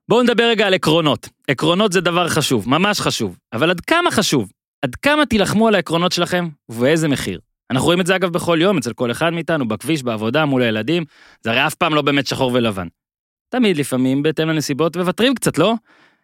בואו נדבר רגע על עקרונות. עקרונות זה דבר חשוב, ממש חשוב. אבל עד כמה חשוב? עד כמה תילחמו על העקרונות שלכם ובאיזה מחיר? אנחנו רואים את זה אגב בכל יום, אצל כל אחד מאיתנו, בכביש, בעבודה, מול הילדים. זה הרי אף פעם לא באמת שחור ולבן. תמיד לפעמים, בהתאם לנסיבות, מבטרים קצת, לא?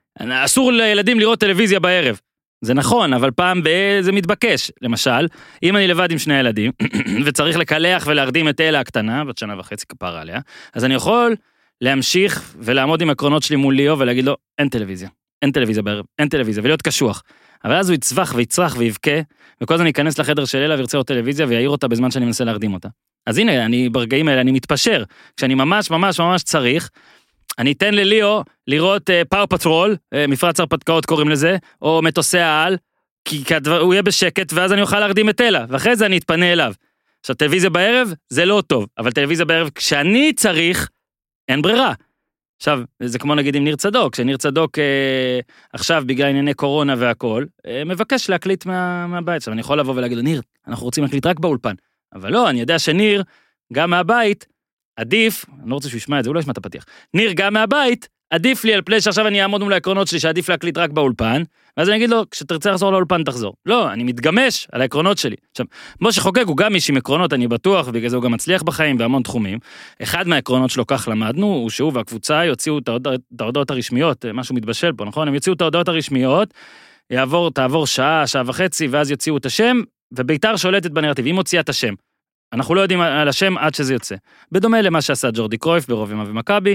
אסור לילדים לראות טלוויזיה בערב. זה נכון, אבל פעם זה מתבקש. למשל, אם אני לבד עם שני ילדים, וצריך לקלח ולהרדים את אלה הקטנה, בת 1.5 כפרה עליה, אז אני יכול להמשיך ולעמוד עם עקרונות שלי מול ליאו ולהגיד לו, אין טלוויזיה בערב, אין טלוויזיה, ולהיות קשוח. אבל אז הוא יצווח ויצרח ויבכה, וכל הזמן ייכנס לחדר של אלה וירצה לו טלוויזיה ויעיר אותה בזמן שאני מנסה להרדים אותה. אז הנה, ברגעים האלה אני מתפשר, כשאני ממש צריך, אני אתן לליאו לראות פאו פטרול, מפרץ הרפתקאות קוראים לזה, או מטוסי העל, כי הוא יהיה בשקט, ואז אני אוכל להרדים את אלה, ואחרי זה אני אתפנה אליו. עכשיו, טלוויזיה בערב זה לא טוב, אבל טלוויזיה בערב כשאני צריך, אין ברירה. עכשיו, זה כמו נגיד עם ניר צדוק, שניר צדוק עכשיו בגלל ענייני קורונה והכל, מבקש להקליט מהבית. עכשיו, אני יכול לבוא ולהגיד לו, ניר, אנחנו רוצים להקליט רק באולפן. אבל לא, אני יודע שניר, גם מהבית, עדיף, אני לא רוצה שהוא ישמע את זה, הוא לא ישמע את הפתיח. ניר, גם מהבית, עדיף לי על פלי שעכשיו אני אעמוד מול העקרונות שלי, שעדיף להקליט רק באולפן, ואז אני אגיד לו, כשתרצה לחזור לאולפן, תחזור. לא, אני מתגמש על העקרונות שלי. עכשיו, משה חוגג הוא גם איש עם עקרונות, אני בטוח, ובגלל זה הוא גם מצליח בחיים בהמון תחומים. אחד מהעקרונות שלו כך למדנו, הוא שהוא והקבוצה יוציאו את ההודעות הרשמיות, משהו מתבשל פה, נכון? הם יוציאו את ההודעות הרשמיות, תעבור שעה, שעה וחצי, ואז יוציאו את השם, וביתר שולטת בנרטיב, היא מוציאה את השם. אנחנו לא יודעים על השם עד שזה יוצא. בדומה למה שעשה ג'ורדי קרויף ברוב ימיו ומכבי,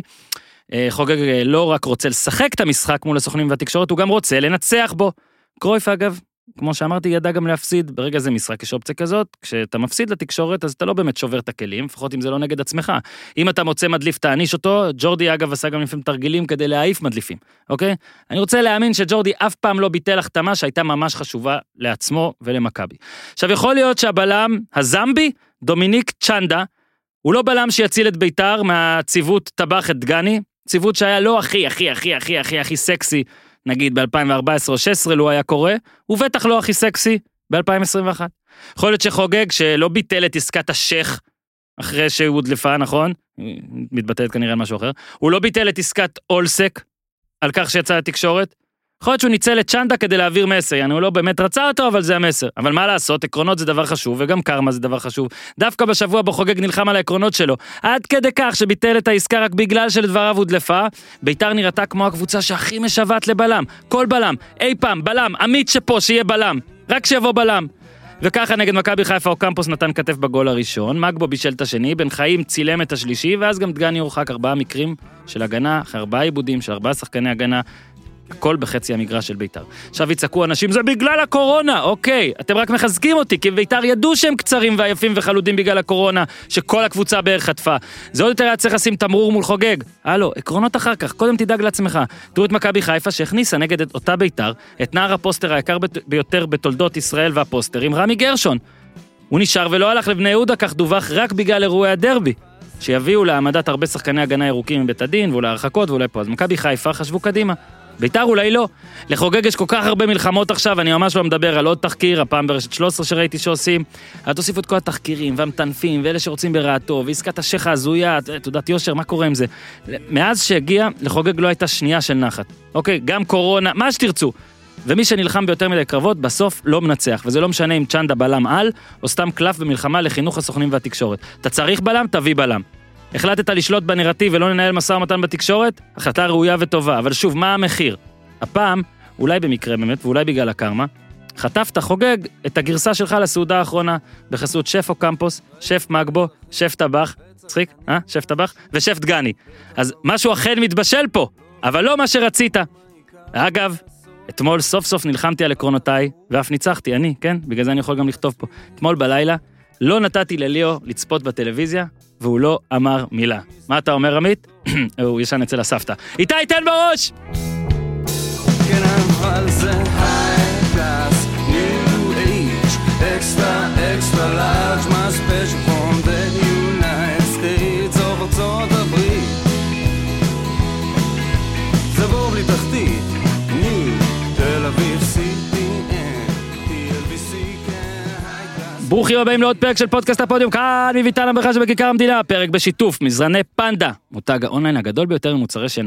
חוגג לא רק רוצה לשחק את המשחק מול הסוכנים והתקשורת, הוא גם רוצה לנצח בו. קרויף אגב, כמו שאמרתי, ידע גם להפסיד, ברגע זה משחק יש אופציה כזאת, כשאתה מפסיד לתקשורת, אז אתה לא באמת שובר את הכלים, לפחות אם זה לא נגד עצמך. אם אתה מוצא מדליף, תעניש אותו, ג'ורדי אגב עשה גם לפעמים תרגילים כדי להעיף מדליפים, אוקיי? אני רוצה להאמין שג'ורדי אף פעם לא ביטל החתמה שהייתה ממש חשובה לעצמו ולמכבי. עכשיו יכול להיות שהבלם הזמבי, דומיניק צ'נדה, הוא לא בלם שיציל את ביתר מהציוות טבח את דגני, ציוות שהיה לא הכי סקסי, נגיד ב-2014 או 2016 לו היה קורה, הוא בטח לא הכי סקסי ב-2021. יכול להיות שחוגג שלא ביטל את עסקת השייך, אחרי שהוא הודלפה, נכון? מתבטאת כנראה על משהו אחר. הוא לא ביטל את עסקת אולסק, על כך שיצא לתקשורת. יכול להיות שהוא ניצל את צ'נדה כדי להעביר מסר, יענו, הוא לא באמת רצה אותו, אבל זה המסר. אבל מה לעשות, עקרונות זה דבר חשוב, וגם קרמה זה דבר חשוב. דווקא בשבוע בו חוגג נלחם על העקרונות שלו, עד כדי כך שביטל את העסקה רק בגלל שלדבריו הודלפה, ביתר נראתה כמו הקבוצה שהכי משוועת לבלם. כל בלם, אי פעם, בלם, עמית שפה, שיהיה בלם, רק שיבוא בלם. וככה נגד מכבי חיפה אוקמפוס נתן כתף בגול הראשון, מגבו בישל את השני, בן חיים צילם את השלישי, ואז גם דגני הורחק 4 מקרים של הגנה, 4 עיבודים של 4 שחקני הגנה, הכל בחצי המגרש של ביתר. עכשיו יצעקו אנשים, זה בגלל הקורונה, אוקיי, אתם רק מחזקים אותי, כי ביתר ידעו שהם קצרים ועייפים וחלודים בגלל הקורונה, שכל הקבוצה בערך חטפה. זה עוד יותר היה צריך לשים תמרור מול חוגג. הלו, עקרונות אחר כך, קודם תדאג לעצמך. תראו את מכבי חיפה שהכניסה נגד אותה ביתר, את נער הפוסטר היקר ביותר בתולדות ישראל והפוסטרים, רמי גרשון. הוא נשאר ולא הלך לבני יהודה, כך דווח רק בגלל אירועי הדרבי, שיביאו להעמדת הרבה שחקני הגנה ירוקים מבית הדין, ואולי הרחקות, ואולי פה. אז מכבי חיפה חשבו קדימה. ביתר אולי לא. לחוגג יש כל כך הרבה מלחמות עכשיו, אני ממש לא מדבר על עוד תחקיר, הפעם ברשת 13 שראיתי שעושים, תוסיפו את כל התחקירים והמטנפים, ואלה שרוצים ברעתו, ועסקת השייך הזויה, תעודת יושר, מה קורה עם זה? מאז שהגיע, לחוגג לא הייתה שנייה של נחת. אוקיי, גם קורונה, מה שתרצו. ומי שנלחם ביותר מדי קרבות, בסוף לא מנצח, וזה לא משנה אם צ'נדה בלם על, או סתם קלף במלחמה לחינוך הסוכנים והתקשורת. אתה צריך בלם, תביא בלם. החלטת לשלוט בנרטיב ולא לנהל משא ומתן בתקשורת? החלטה ראויה וטובה, אבל שוב, מה המחיר? הפעם, אולי במקרה באמת, ואולי בגלל הקרמה, חטפת חוגג את הגרסה שלך לסעודה האחרונה, בחסות שף אוקמפוס, שף מגבו, שף טבח, צחיק, שף טבח, ושף דגני. אז משהו אכן מתבשל פה, אבל לא מה שרצית. אגב, אתמול סוף סוף נלחמתי על עקרונותיי, ואף ניצחתי, אני, כן? בגלל זה אני יכול גם לכתוב פה. אתמול בלילה, לא נתתי לליאו לצפות בטלוויזיה, והוא לא אמר מילה. מה אתה אומר, עמית? הוא ישן אצל הסבתא. איתי, תן בראש! ברוכים הבאים לעוד פרק של פודקאסט הפודיום, כאן מביתן המרחש בכיכר המדינה, פרק בשיתוף מזרני פנדה, מותג האונליין הגדול ביותר ממוצרי שינה,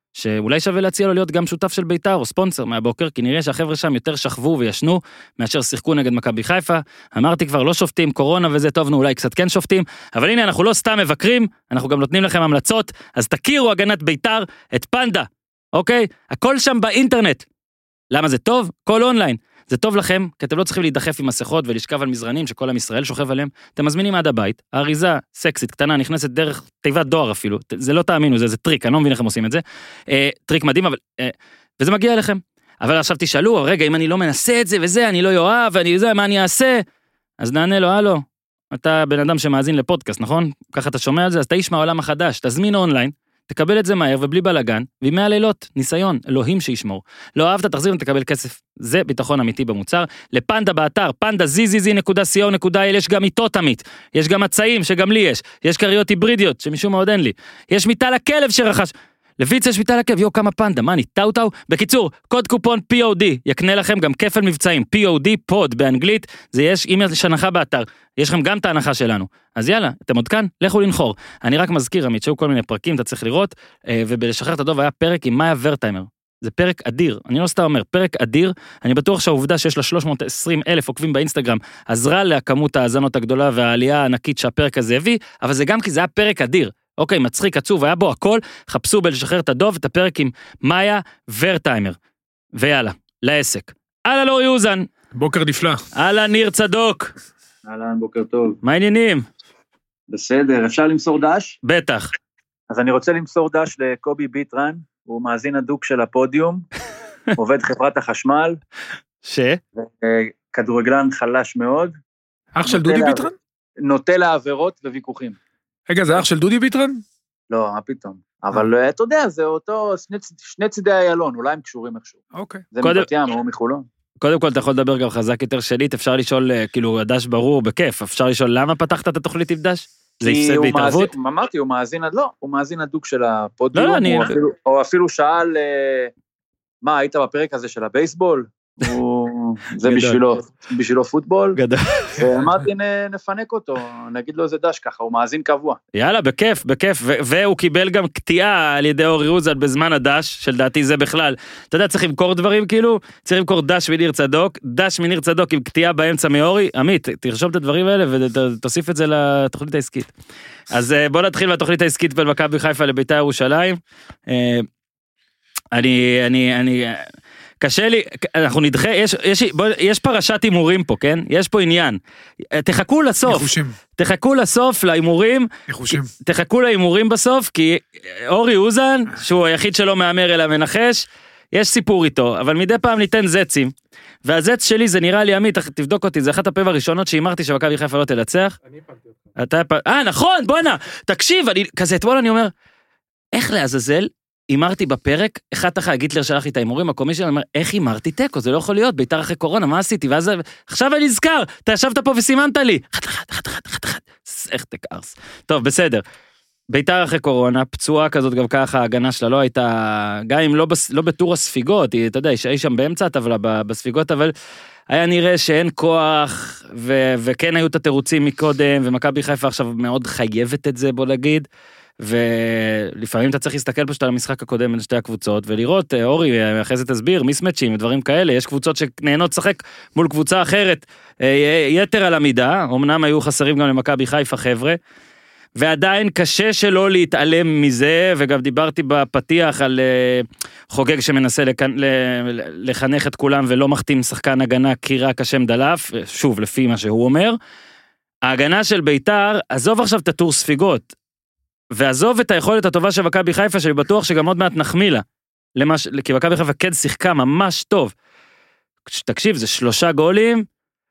שאולי שווה להציע לו להיות גם שותף של בית"ר או ספונסר מהבוקר, כי נראה שהחבר'ה שם יותר שכבו וישנו, מאשר שיחקו נגד מכבי חיפה. אמרתי כבר, לא שופטים, קורונה וזה טוב, אולי קצת כן שופטים, אבל הנה, אנחנו לא סתם מבקרים, אנחנו גם נותנים לכם המלצות, אז תכירו הגנת בית"ר, את פנדה, אוקיי? הכל שם באינטרנט. למה זה טוב? כל אונליין. זה טוב לכם, כי אתם לא צריכים להידחף עם מסכות ולשכב על מזרנים שכל עם ישראל שוכב עליהם. אתם מזמינים עד הבית, האריזה סקסית, קטנה, נכנסת דרך תיבת דואר אפילו. זה לא תאמינו, זה טריק, אני לא מבין איך הם עושים את זה. טריק מדהים, אבל... וזה מגיע אליכם. אבל עכשיו תשאלו, רגע, אם אני לא מנסה את זה וזה, אני לא יואב, ואני יודע מה אני אעשה. אז נענה לו, הלו, אתה בן אדם שמאזין לפודקאסט, נכון? ככה אתה שומע על זה, אז תאיש מהעולם החדש, תזמין אונליין, תקבל את זה מהר ובלי בלגן, וימי הלילות, ניסיון, אלוהים שישמור. לא אהבת, תחזיר ותקבל כסף. זה ביטחון אמיתי במוצר. לפנדה באתר, panda.zzz.co.il, יש גם איתות עמית. יש גם מצעים שגם לי יש. יש קריות היברידיות, שמשום מה עוד אין לי. יש מיטה לכלב שרכש. לויץ יש מיטה לכלב, יו, כמה פנדה, מה אני, טאו? בקיצור, קוד קופון POD, יקנה לכם גם כפל מבצעים, POD, פוד באנגלית, זה יש, אם יש הנחה באתר, יש לכם גם את ההנחה שלנו. אז יאללה, אתם עוד כאן, לכו לנחור. אני רק מזכיר, עמית, שהיו כל מיני פרקים, אתה צריך לראות, ובלשחרר את הדוב היה פרק עם מאיה ורטיימר. זה פרק אדיר, אני לא סתם אומר, פרק אדיר, אני בטוח שהעובדה שיש לה 320,000 עוקבים באינסטגרם, עזרה לכמות האזנות הגדולה והעלייה הענקית שהפרק הזה הביא, אבל זה גם כי זה היה פרק אדיר. אוקיי, מצחיק, עצוב, היה בו הכל, חפשו בלשחרר את הדוב, את הפרק עם מאיה ורטיימר. ויאללה, לעסק. אהלן אורי אוזן. בוקר נפלא. אהלן ניר צדוק. אהלן, בוקר טוב. מה העניינים? בסדר, אפשר למסור דש? בטח. אז אני רוצה למסור דש לקובי ביטרן, הוא מאזין הדוק של הפודיום, עובד חברת החשמל. כדורגלן חלש מאוד. אח של דודי ביטרן? נוטה לעבירות וויכוחים. רגע, זה אח של דודי ביטרן? לא, מה פתאום. אבל אתה יודע, זה אותו שני צידי איילון, אולי הם קשורים איכשהו. אוקיי. זה מבת ים, הוא מחולון. קודם כל אתה יכול לדבר גם חזק יותר שלית, אפשר לשאול, כאילו, דש ברור, בכיף, אפשר לשאול למה פתחת את התוכנית עם דש? זה הפסד בהתערבות? אמרתי, הוא מאזין הדוק של הפודיום, או אפילו שאל, מה, היית בפרק הזה של הבייסבול? זה בשבילו פוטבול. גדול. ואמרתי, נפנק אותו, נגיד לו איזה דש ככה, הוא מאזין קבוע. יאללה, בכיף. והוא קיבל גם קטיעה על ידי אורי אוזן בזמן הדש, שלדעתי זה בכלל. אתה יודע, צריך למכור דברים כאילו, צריך למכור דש מניר צדוק, דש מניר צדוק עם קטיעה באמצע מאורי. עמית, תרשום את הדברים האלה ותוסיף את זה לתוכנית העסקית. אז בוא נתחיל בתוכנית העסקית בין מכבי חיפה לבית"ר ירושלים. קשה לי, אנחנו נדחה, יש פרשת הימורים פה, כן? יש פה עניין. תחכו לסוף. ניחושים. תחכו לסוף להימורים. ניחושים. תחכו להימורים בסוף, כי אורי אוזן, שהוא היחיד שלא מאמר אלא מנחש, יש סיפור איתו, אבל מדי פעם ניתן זצים. והזץ שלי זה נראה לי עמית, תבדוק אותי, זה אחת הפעמים הראשונות שאימרתי שמכבי חיפה לא תנצח. אני הפלתי אותך. נכון, בוא'נה, תקשיב, כזה אתמול אני אומר, איך לעזאזל? אימרתי בפרק, אחד גיטלר שלח לי את האימורים, הקומי שלנו אומר, איך אימרתי טקו, זה לא יכול להיות, בית"ר אחרי קורונה, מה עשיתי? ואז, עכשיו אני נזכר, אתה ישבת פה וסימנת לי, חת, איך תקרס. טוב, בסדר. בית"ר אחרי קורונה, פצועה כזאת גם ככה, ההגנה שלה לא הייתה, גם אם לא בטור הספיגות, אתה יודע, היא שם באמצע הטבלה בספיגות, אבל היה נראה שאין כוח, וכן היו את התירוצים מקודם, ומכבי חיפה עכשיו מאוד חייבת את זה, בוא נגיד, ולפעמים אתה צריך להסתכל פשוט על המשחק הקודם בין שתי הקבוצות, ולראות, אורי, אחרי זה תסביר, מיסמצ'ים ודברים כאלה, יש קבוצות שנהנות לשחק מול קבוצה אחרת, יתר על המידה, אמנם היו חסרים גם למכבי חיפה חבר'ה, ועדיין קשה שלא להתעלם מזה, וגם דיברתי בפתיח על חוגג שמנסה לחנך את כולם, ולא מחתים שחקן הגנה קירה כשם דלף, שוב, לפי מה שהוא אומר, ההגנה של בית"ר, עזוב עכשיו את הטור ספיגות, ועזוב את היכולת הטובה של מכבי חיפה, שאני בטוח שגם עוד מעט נחמיא לה, כי מכבי חיפה כן שיחקה ממש טוב. תקשיב, זה 3 גולים,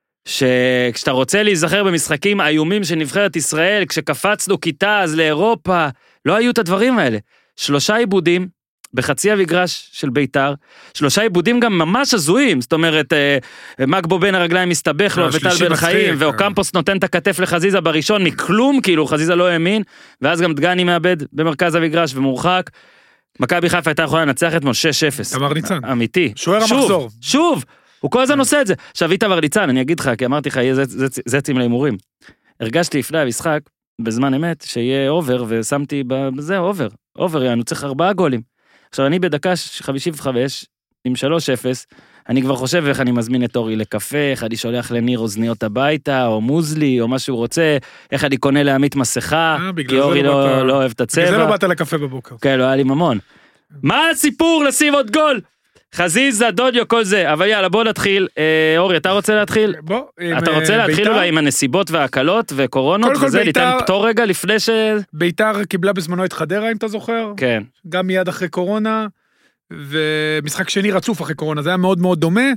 שכשאתה רוצה להיזכר במשחקים האיומים של נבחרת ישראל, כשקפצנו כיתה אז לאירופה, לא היו את הדברים האלה. 3 עיבודים בחצי המגרש של בית"ר, 3 עיבודים גם ממש הזויים, זאת אומרת, מגבו בין הרגליים מסתבך לו, וטל בן חיים, ואוקמפוס נותן את הכתף לחזיזה בראשון, מכלום, כאילו חזיזה לא האמין, ואז גם דגני מאבד במרכז המגרש ומורחק, מכבי חיפה הייתה יכולה לנצח אתמול 6-0. תמר ניצן. אמיתי. שוער המחזור. שוב, הוא כל הזמן עושה את זה. עכשיו, תמר ניצן, אני אגיד לך, כי אמרתי לך, יהיה זצים להימורים. הרגשתי לפני המשחק, בזמן אמת, שיהיה אובר, ושמתי בזה אובר, יענו צריך 4 גולים. עכשיו, אני בדקה 55, עם 3-0, אני כבר חושב איך אני מזמין את אורי לקפה, איך אני שולח לניר אוזניות הביתה, או מוזלי, או מה שהוא רוצה, איך אני קונה לעמית מסכה, כי אורי לא אוהב את הצבע. בגלל זה לא באת לקפה בבוקר. כן, לא היה לי ממון. מה הסיפור לשים עוד גול? חזיזה, דודיו, כל זה. אבל יאללה, בוא נתחיל. אורי, אתה רוצה להתחיל? בוא. אתה רוצה להתחיל אולי עם הנסיבות וההקלות וקורונות, וזה ניתן פתור רגע לפני ש... ביתר קיבלה בזמנו את חדרה, אם אתה זוכר. כן. גם מיד אחרי קורונה, ומשחק שני רצוף אחרי קורונה, זה היה מאוד מאוד דומה,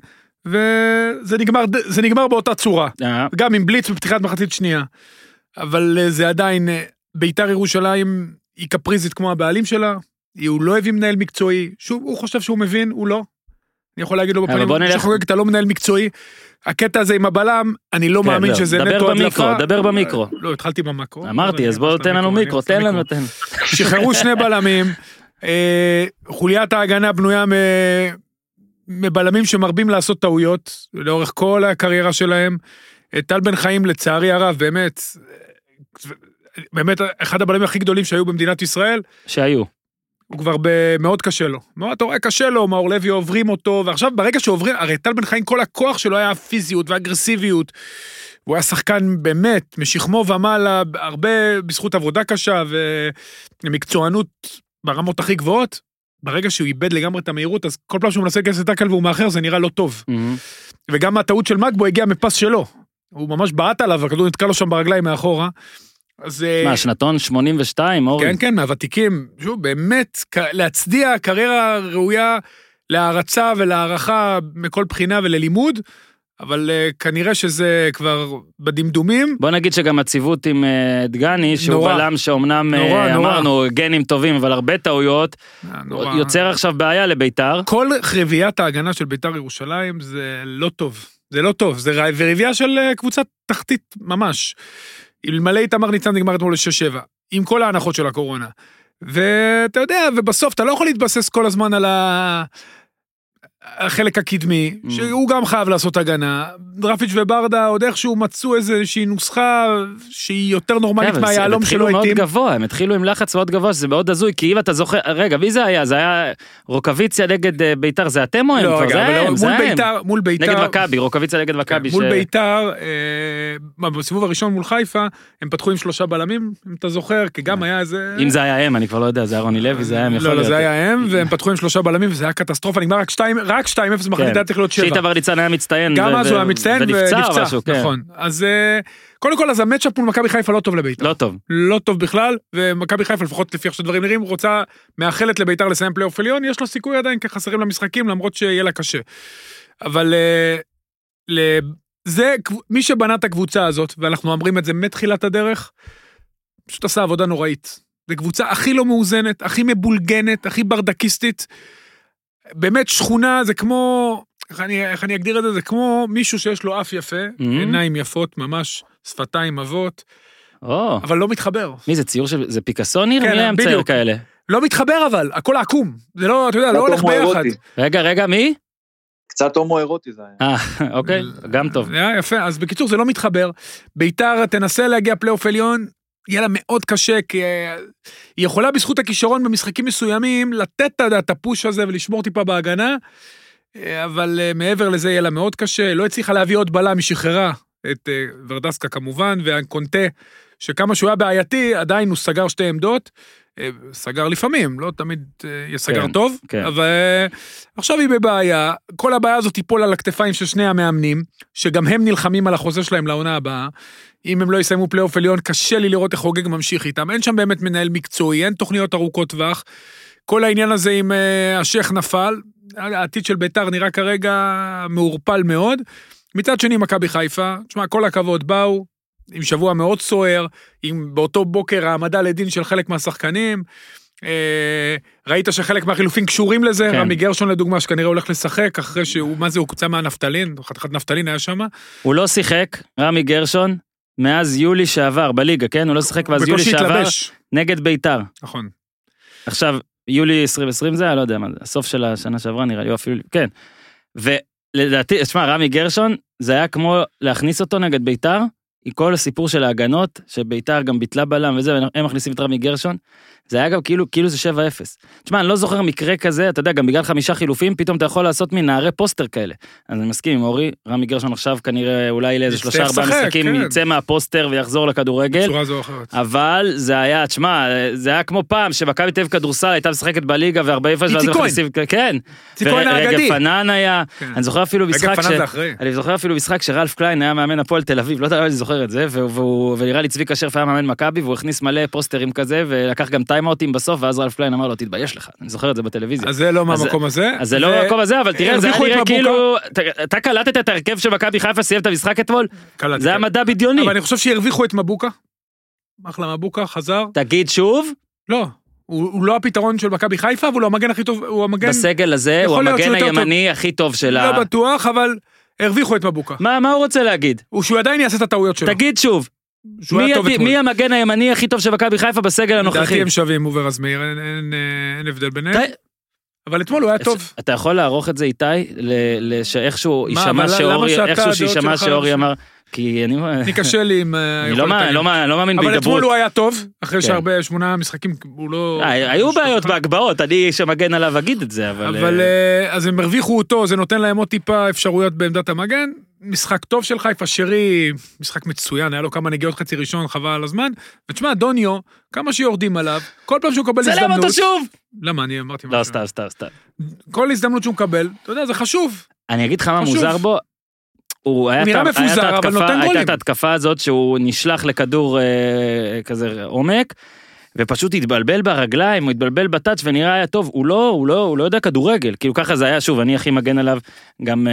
וזה נגמר באותה צורה. גם עם בליץ בפתיחת מחצית שנייה. אבל זה עדיין, ביתר ירושלים היא קפריזית כמו הבעלים שלה, הוא לא הביא מנהל מקצועי, שוב, הוא חושב שהוא מבין, הוא לא. אני יכול להגיד לו בפנים, שחוגג, אתה לא מנהל מקצועי, הקטע הזה עם הבלם, אני לא מאמין שזה נטו הדלפה. דבר במיקרו. לא, התחלתי במקרו. אמרתי, אז בוא תן לנו מיקרו, תן לנו. שחררו שני בלמים, חוליית ההגנה בנויה מבלמים שמרבים לעשות טעויות, לאורך כל הקריירה שלהם, טל בן חיים לצערי הרב, באמת אחד הבלמים הכי גדולים שהיו במדינת ישראל. שהיו. הוא כבר מאוד קשה לו. אתה רואה קשה לו, מאור לוי עוברים אותו, ועכשיו ברגע שעוברים, הרי טל בן חיים כל הכוח שלו היה פיזיות ואגרסיביות, הוא היה שחקן באמת, משכמו ומעלה, הרבה בזכות עבודה קשה, ומקצוענות ברמות הכי גבוהות, ברגע שהוא איבד לגמרי את המהירות, אז כל פעם שהוא מנסה להיכנס לטאקל והוא מאחר, זה נראה לא טוב. וגם הטעות של מגבו הגיע מפס שלו. הוא ממש בעט עליו, הכדור נתקע לו שם ברגליים מאחורה. מה, שנתון 82, אורי? כן, כן, מהוותיקים. שוב, באמת, להצדיע קריירה ראויה להערצה ולהערכה מכל בחינה וללימוד, אבל כנראה שזה כבר בדמדומים. בוא נגיד שגם הציוות עם דגני, שהוא בלם שאומנם אמרנו גנים טובים, אבל הרבה טעויות, יוצר עכשיו בעיה לביתר. כל רביעיית ההגנה של ביתר ירושלים זה לא טוב. זה לא טוב, זה רביעייה של קבוצת תחתית ממש. אלמלא איתמר ניצן נגמר אתמול ל-6-7, עם כל ההנחות של הקורונה. ואתה יודע, ובסוף אתה לא יכול להתבסס כל הזמן על החלק הקדמי, שהוא גם חייב לעשות הגנה. דרפיץ' וברדה עוד איכשהו מצאו איזושהי נוסחה שהיא יותר נורמלית מהיעלום שלו איתים. הם התחילו מאוד גבוה, הם התחילו עם לחץ מאוד גבוה, שזה מאוד הזוי, כי אם אתה זוכר, רגע, מי זה היה? זה היה רוקוויציה נגד ביתר, זה אתם או הם? לא, רגע, מול ביתר. נגד מכבי, רוקוויציה נגד מכבי. מול ביתר, בסיבוב הראשון מול חיפה, הם פתחו עם 3 בלמים, אם אתה זוכר, כי גם היה איזה... אם זה היה הם, אני כבר לא יודע, זה היה רוני לוי, זה היה הם, יכול להיות. לא, זה היה הם, והם פתחו עם 3 בלמים, וזה היה קטסטרופה, נגמר רק 2-0 מחליט היה צריך להיות 7. שאיתמר ורניצן היה מצטיין. גם אז הוא היה מצטיין ונפצע, נכון. אז קודם כל, אז המאצ'אפ מול מכבי חיפה לא טוב לביתר. לא טוב. לא טוב בכלל, ומכבי חיפה, לפחות לפי איך שדברים נראים, רוצה מאחלת לביתר לסיים פלייאוף עליון, יש לו סיכוי עדיין כחסרים למשחקים, למרות שיהיה לה קשה. אבל זה, מי שבנה את הקבוצה הזאת, ואנחנו אומרים את זה מתחילת הדרך, פשוט עשה עבודה נוראית. זו קבוצה הכי לא מאוזנת, הכי מבולגנת, הכי ברדקיסטית. באמת שכונה זה כמו, איך אני אגדיר את זה, זה כמו מישהו שיש לו אף יפה, עיניים יפות, ממש שפתיים אבות, אבל לא מתחבר. מי זה ציור של, זה פיקאסו ניר? מי היה מצייר כאלה? לא מתחבר אבל, הכל עקום, זה לא, אתה יודע, לא הולך ביחד. רגע, מי? קצת הומו-אירוטי זה היה. אוקיי, גם טוב. יפה, אז בקיצור זה לא מתחבר, ביתר תנסה להגיע פלייאוף עליון, יהיה לה מאוד קשה, כי היא יכולה בזכות הכישרון במשחקים מסוימים, לתת את הפוש הזה ולשמור טיפה בהגנה, אבל מעבר לזה יהיה לה מאוד קשה, לא הצליחה להביא עוד בלם, היא שחררה את ורדסקה כמובן, והקונטה, שכמה שהוא היה בעייתי, עדיין הוא סגר 2 עמדות, סגר לפעמים, לא תמיד יסגר טוב, אבל עכשיו היא בבעיה, כל הבעיה הזאת תיפול על הכתפיים של 2 המאמנים, שגם הם נלחמים על החוזה שלהם לעונה הבאה, אם הם לא יסיימו פלייאוף עליון, קשה לי לראות איך חוגג ממשיך איתם, אין שם באמת מנהל מקצועי, אין תוכניות ארוכות טווח, כל העניין הזה עם השייך נפל, העתיד של ביתר נראה כרגע מעורפל מאוד, מצד שני מכבי חיפה, תשמע, כל הכבוד באו, עם שבוע מאוד סוער, עם באותו בוקר העמדה לדין של חלק מהשחקנים, ראית שחלק מהחילופים קשורים לזה, כן. רמי גרשון לדוגמה, שכנראה הולך לשחק, אחרי שהוא, מה זה, הוא קוצה מהנפטלין, חתיכת נפטלין היה שם. הוא לא שיחק, רמי גרשון, מאז יולי שעבר, בליגה, כן? הוא לא שיחק, ואז יולי שעבר, נגד ביתר. נכון. עכשיו, יולי 2020 זה, אני לא יודע מה זה, הסוף של השנה שעברה נראה לי, אפילו, כן. ולדעתי, תשמע, רמי גרשון, זה היה כמו להכניס אותו נגד ביתר, כל הסיפור של ההגנות, שביתר גם ביטלה בלם וזה, והם מכניסים את רמי גרשון, זה היה גם כאילו זה 7-0. תשמע, אני לא זוכר מקרה כזה, אתה יודע, גם בגלל 5 חילופים, פתאום אתה יכול לעשות מנערי פוסטר כאלה. אז אני מסכים עם אורי, רמי גרשון עכשיו כנראה אולי לאיזה 3-4 משחקים יצא מהפוסטר ויחזור לכדורגל. אבל זה היה, תשמע, זה היה כמו פעם שמכבי תל אביב כדורסל הייתה משחקת בליגה ו40 הפרש ואז מכניסים, כן. רגב פנן היה. אני זוכר אפילו משחק שרלף קליין היה מאמן הפועל תל אביב, לא יודע, אני זוכר את זה, ונראה לי צביקה שרף היה מאמן מכבי, והוא הכניס מלא פוסטרים כזה, ולקח גם טיימאוטים בסוף, ואז רלף קליין אמר לו, תתבייש לך, אני זוכר את זה בטלוויזיה. אז זה לא מהמקום הזה? אז זה לא מהמקום הזה, אבל תראה, זה היה נראה כאילו, אתה קלטת את הרכב של מכבי חיפה, סיימת המשחק אתמול? זה היה מדע בדיוני. אבל אני חושב שהרוויחו את מבוקה. אחלה מבוקה, חזר. תגיד שוב? לא. הוא לא הפתרון של מכבי חיפה, אבל הוא המגן הכי טוב, הוא המגן... בסגל הזה, הוא המגן הימני הכי טוב שלה. לא בטוח, אבל הרוויחו את מבוקה. מה הוא רוצה להגיד? שהוא עדיין יעשה את הטעויות שלו. תגיד שוב. מי המגן הימני הכי טוב של מכבי חיפה בסגל הנוכחי? לדעתי הם שווים, הוא ורז מאיר, אין הבדל ביניהם. אבל אתמול הוא היה טוב. אתה יכול לערוך את זה איתי, שאיכשהו יישמע שאורי אמר, כי אני קשה לי עם... אני לא מאמין בהידברות. אבל אתמול הוא היה טוב, אחרי שהרבה 8 משחקים, הוא לא... היו בעיות בהגבהות, אני שמגן עליו אגיד את זה, אבל... אז הם הרוויחו אותו, זה נותן להם עוד טיפה אפשרויות בעמדת המגן, משחק טוב של חיפה, שרי, משחק מצוין, היה לו כמה נגיעות חצי ראשון, חבל על הזמן, ותשמע, דוניו, כמה שיורדים עליו, כל פעם שהוא מקבל הזדמנות... צלם אותו שוב! למה, אני אמרתי משהו. לא, סתם. כל הזדמנות שהוא מקבל, אתה יודע, זה חשוב. אני אגיד לך מה מוזר בו, הוא נראה מפוזר, אבל נותן גולים. הייתה את ההתקפה הזאת שהוא נשלח לכדור כזה עומק, ופשוט התבלבל ברגליים, הוא התבלבל בטאץ' ונראה היה טוב, הוא לא יודע כדורגל, כאילו ככה זה היה, שוב, אני הכי מגן עליו, גם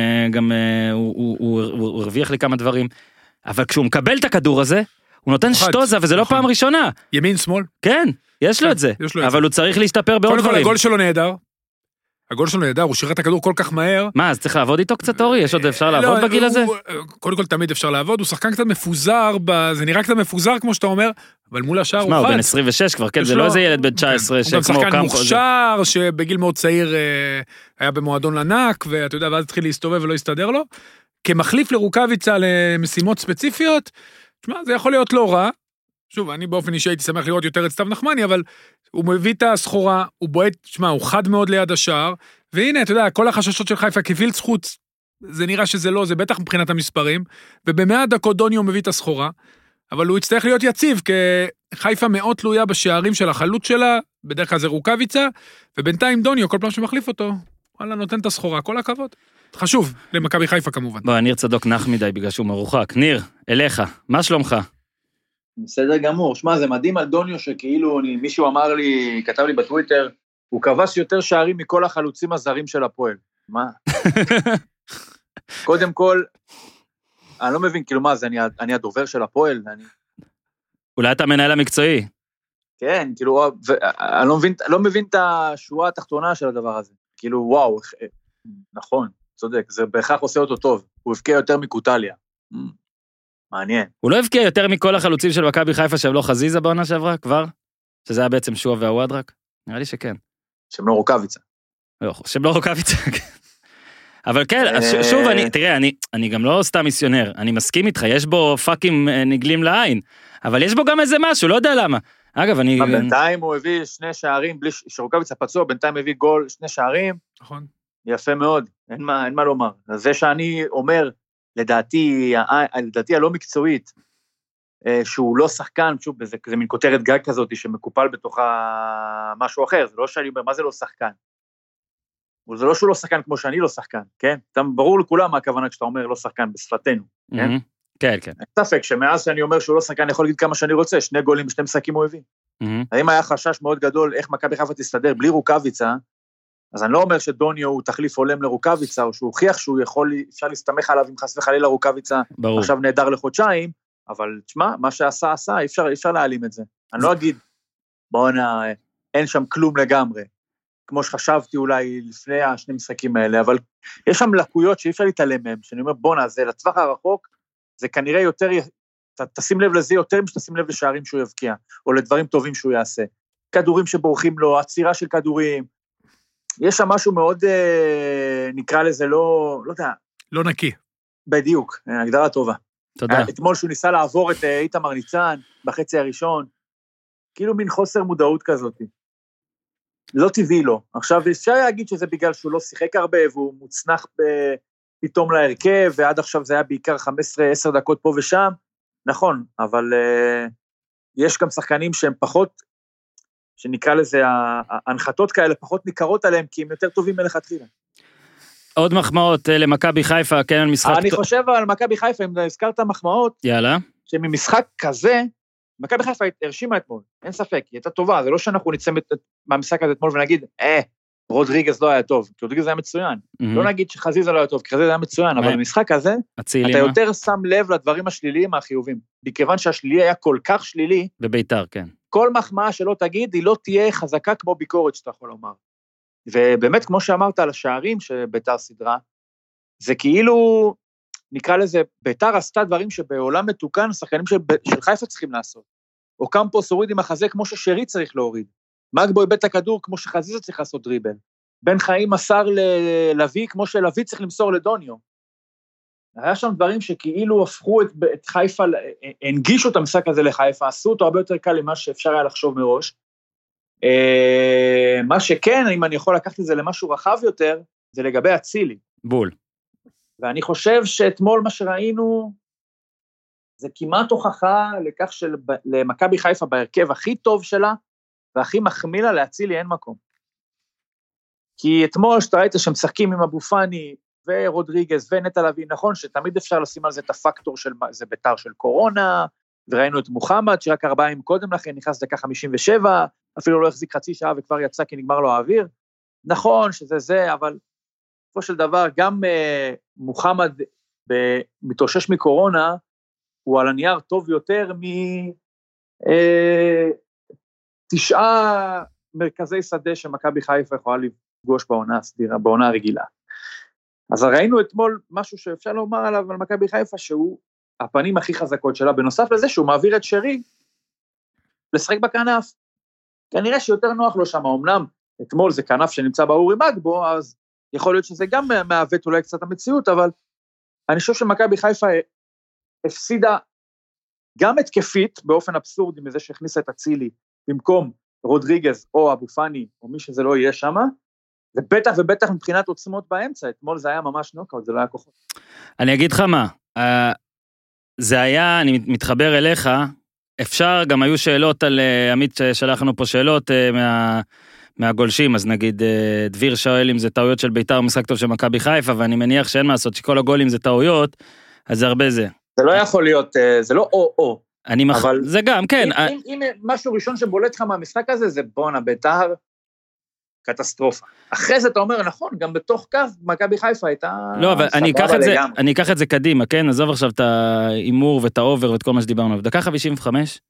הוא הרוויח לי כמה דברים, אבל כשהוא מקבל את הכדור הזה, הוא נותן שטוזה, וזה לא פעם ראשונה. ימין, שמאל? כן, יש לו את זה, אבל הוא צריך להשתפר בעוד דברים. הגול שלו נהדר. הגול שלו נהדר, הוא שירת את הכדור כל כך מהר. מה, אז צריך לעבוד איתו קצת, אורי? יש עוד אפשר לעבוד בגיל הזה? קודם כל תמיד אפשר לעבוד, הוא שחקן קצת מפוזר, זה נראה קצת מפוזר כמו שאתה אומר, אבל מול השאר הוא חד. הוא בן 26 כבר, כן, זה לא איזה ילד בן 19 הוא גם שחקן מוכשר, שבגיל מאוד צעיר היה במועדון ענק, ואתה יודע, ואז התחיל להסתובב ולא הסתדר לו. כמחליף לרוקאביצה למשימות ספציפיות, תשמע, זה יכול להיות לא רע. שוב, אני באופן אישי הייתי שמח לראות יותר את סתיו נחמני, אבל הוא מביא את הסחורה, הוא בועט, תשמע, הוא חד מאוד ליד השער, והנה, אתה יודע, כל החששות של חיפה כפילץ חוץ, זה נראה שזה לא, זה בטח מבחינת המספרים, ובמאה דקות דוניו מביא את הסחורה, אבל הוא יצטרך להיות יציב, כי חיפה מאוד תלויה בשערים של החלוץ שלה, בדרך כלל זה רוקאביצה, ובינתיים דוניו, כל פעם שמחליף אותו, וואלה, נותן את הסחורה, כל הכבוד. חשוב, למכבי חיפה כמובן. בוא, ניר צדוק נח מדי בגלל שהוא מרוחק. ניר, אליך, מה שלומך? בסדר גמור, שמע, זה מדהים על דוניו שכאילו מישהו אמר לי, כתב לי בטוויטר, הוא כבש יותר שערים מכל החלוצים הזרים של הפועל. מה? קודם כל, אני לא מבין, כאילו מה, אני הדובר של הפועל? אולי אתה מנהל המקצועי. כן, כאילו, אני לא מבין את השורה התחתונה של הדבר הזה. כאילו, וואו, נכון, צודק, זה בהכרח עושה אותו טוב, הוא הבקיע יותר מקוטליה. מעניין. הוא לא הבקיע יותר מכל החלוצים של מכבי חיפה שהם לא חזיזה בעונה שעברה, כבר? שזה היה בעצם שועה והוואדרק? נראה לי שכן. שהם לא רוקאביצה. לא, שהם לא רוקאביצה. אבל כן, שוב, תראה, אני גם לא סתם מיסיונר, אני מסכים איתך, יש בו פאקים נגלים לעין, אבל יש בו גם איזה משהו, לא יודע למה. אגב, בינתיים הוא הביא 2 שערים, בלי שרוקאביצה פצוע, בינתיים הביא גול 2 שערים. נכון. יפה מאוד, אין מה לומר. זה שאני אומר, לדעתי הלא מקצועית, שהוא לא שחקן, שוב, זה מין כותרת גג כזאת, שמקופל בתוכה משהו אחר, זה לא שאני אומר, מה זה לא שחקן? זה לא שהוא לא שחקן כמו שאני לא שחקן, כן? ברור לכולם מה הכוונה כשאתה אומר לא שחקן בשפתנו, כן? כן, כן. אין ספק שמאז שאני אומר שהוא לא שחקן, אני יכול להגיד כמה שאני רוצה, 2 גולים ב2 משחקים הוא הביא. האם היה חשש מאוד גדול איך מכבי חיפה תסתדר בלי רוקאביצה, אז אני לא אומר שדוניו הוא תחליף הולם לרוקאביצה, או שהוא הוכיח שהוא יכול, אפשר להסתמך עליו אם חס וחלילה רוקאביצה, עכשיו נהדר לחודשיים, אבל תשמע, מה שעשה, אפשר להעלים את זה. אני לא אגיד, בוא'נה, אין שם כלום לגמרי, כמו שחשבתי אולי לפני 2 משחקים האלה, אבל יש שם לקויות שאי אפשר להתעלם מהם, שאני אומר, בוא'נה, זה לטווח הרחוק, זה כנראה יותר, תשים לב לזה יותר משתשים לב לשערים שהוא יבקיע, או לדברים טובים שהוא יעשה. כדורים שבורחים לו, עצירה של כדורים, יש שם משהו מאוד, נקרא לזה לא יודע. לא נקי. בדיוק, הגדרה טובה. תודה. אתמול שהוא ניסה לעבור את איתמר ניצן בחצי הראשון, כאילו מין חוסר מודעות כזאת. לא טבעי לו. עכשיו, אפשר להגיד שזה בגלל שהוא לא שיחק הרבה, והוא מוצנח פתאום להרכב, ועד עכשיו זה היה בעיקר 15-10 דקות פה ושם, נכון, אבל יש גם שחקנים שהם פחות, שנקרא לזה, ההנחתות כאלה פחות ניכרות עליהם, כי הם יותר טובים מלכתחילה. עוד מחמאות למכבי חיפה, כן, על משחק... אני חושב על מכבי חיפה, אם הזכרת מחמאות, יאללה. שממשחק כזה, מכבי חיפה הרשימה אתמול, אין ספק, היא הייתה טובה, זה לא שאנחנו נצא מהמשחק הזה אתמול ונגיד, רודריגז לא היה טוב, כי רודריגז היה מצוין, לא נגיד שחזיזה לא היה טוב, כי חזיזה היה מצוין, אבל במשחק הזה, אתה יותר שם לב לדברים השליליים מהחיובים, מכיוון שהשלילי היה כל כך שלילי, בביתר, כן. כל מחמאה שלא תגיד, היא לא תהיה חזקה כמו ביקורת שאתה יכול לומר. ובאמת, כמו שאמרת על השערים שביתר סדרה, זה כאילו, נקרא לזה, ביתר עשתה דברים שבעולם מתוקן, שחקנים של חיפה צריכים לעשות. או קמפוס הוריד עם החזה כמו ששרי צריך להוריד. מגבו איבד את הכדור כמו שחזיזה צריך לעשות דריבל. בן חיים מסר ללוי כמו שלוי צריך למסור לדוניו. היה שם דברים שכאילו הפכו את חיפה, הנגישו את המשחק הזה לחיפה, עשו אותו הרבה יותר קל למה שאפשר היה לחשוב מראש. מה שכן, אם אני יכול לקחת את זה למשהו רחב יותר, זה לגבי הצילי. בול. ואני חושב שאתמול מה שראינו, זה כמעט הוכחה לכך שלמכבי חיפה בהרכב הכי טוב שלה, והכי מחמיא לה להצילי אין מקום. כי אתמול שאתה ראית שמשחקים עם אבו פאני, ורודריגז ונטע לביא, נכון שתמיד אפשר לשים על זה את הפקטור של, זה ביתר של קורונה, וראינו את מוחמד, שרק 4 ימים קודם לכן, נכנס דקה 57, אפילו לא החזיק חצי שעה וכבר יצא כי נגמר לו האוויר, נכון שזה זה, אבל בסופו של דבר, גם מוחמד מתאושש מקורונה, הוא על הנייר טוב יותר מ9 מרכזי שדה שמכבי חיפה יכולה לפגוש בעונה הרגילה. אז ראינו אתמול משהו שאפשר לומר עליו על מכבי חיפה, שהוא הפנים הכי חזקות שלה, בנוסף לזה שהוא מעביר את שרי לשחק בכנף. כנראה שיותר נוח לו שם, אמנם אתמול זה כנף שנמצא באורי מגבו, אז יכול להיות שזה גם מעוות אולי קצת המציאות, אבל אני חושב שמכבי חיפה הפסידה גם התקפית, באופן אבסורדי, מזה שהכניסה את הצילי, במקום רודריגז או אבו פאני, או מי שזה לא יהיה שם, ובטח ובטח מבחינת עוצמות באמצע, אתמול זה היה ממש נוקאוט, זה לא היה כוחות. אני אגיד לך מה, זה היה, אני מתחבר אליך, אפשר, גם היו שאלות על, עמית שלחנו פה שאלות מהגולשים, אז נגיד דביר שואל אם זה טעויות של ביתר, משחק טוב של מכבי חיפה, ואני מניח שאין מה לעשות, שכל הגולים זה טעויות, אז זה הרבה זה. זה לא יכול להיות, זה לא או-או. אבל זה גם, כן. אם משהו ראשון שבולט לך מהמשחק הזה, זה בונה, ביתר, קטסטרופה. אחרי זה אתה אומר, נכון, גם בתוך כך, מכבי חיפה הייתה... לא, אבל אני אקח את זה קדימה, כן? עזוב עכשיו את האימור ואת האובר ואת כל מה שדיברנו. דקה 55,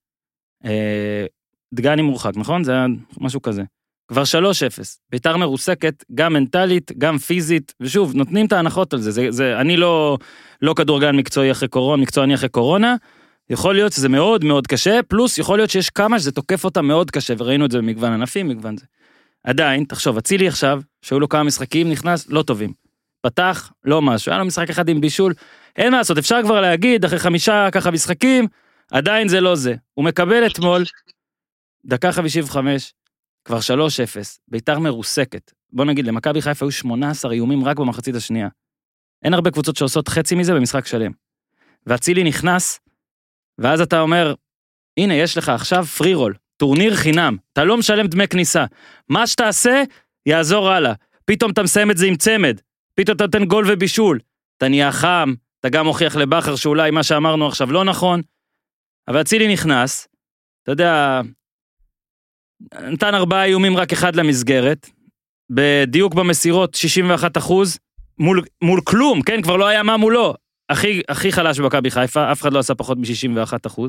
דגני מורחק, נכון? זה היה משהו כזה. כבר 3-0. ביתר מרוסקת, גם מנטלית, גם פיזית, ושוב, נותנים את ההנחות על זה. אני לא כדורגלן מקצועי אחרי קורונה, מקצועני אחרי קורונה, יכול להיות שזה מאוד מאוד קשה, פלוס יכול להיות שיש כמה שזה תוקף אותה מאוד קשה, וראינו את זה במגוון ענפים, מגוון זה. עדיין, תחשוב, הצילי עכשיו, שהיו לו כמה משחקים, נכנס, לא טובים. פתח, לא משהו, היה לו משחק אחד עם בישול, אין מה לעשות, אפשר כבר להגיד, אחרי 5 ככה משחקים, עדיין זה לא זה. הוא מקבל אתמול, דקה 55, כבר 3-0, ביתר מרוסקת. בוא נגיד, למכבי חיפה היו 18 איומים רק במחצית השנייה. אין הרבה קבוצות שעושות חצי מזה במשחק שלם. והצילי נכנס, ואז אתה אומר, הנה, יש לך עכשיו פרי רול, טורניר חינם, אתה לא משלם דמי כניסה, מה שתעשה, יעזור הלאה, פתאום אתה מסיים את זה עם צמד, פתאום אתה נותן גול ובישול, אתה נהיה חם, אתה גם מוכיח לבחר שאולי מה שאמרנו עכשיו לא נכון, אבל הצילי נכנס, אתה יודע, נתן 4 איומים רק 1 למסגרת, בדיוק במסירות 61%, מול כלום, כן, כבר לא היה מה מולו, הכי חלש במכבי חיפה, אף אחד לא עשה פחות מ61%.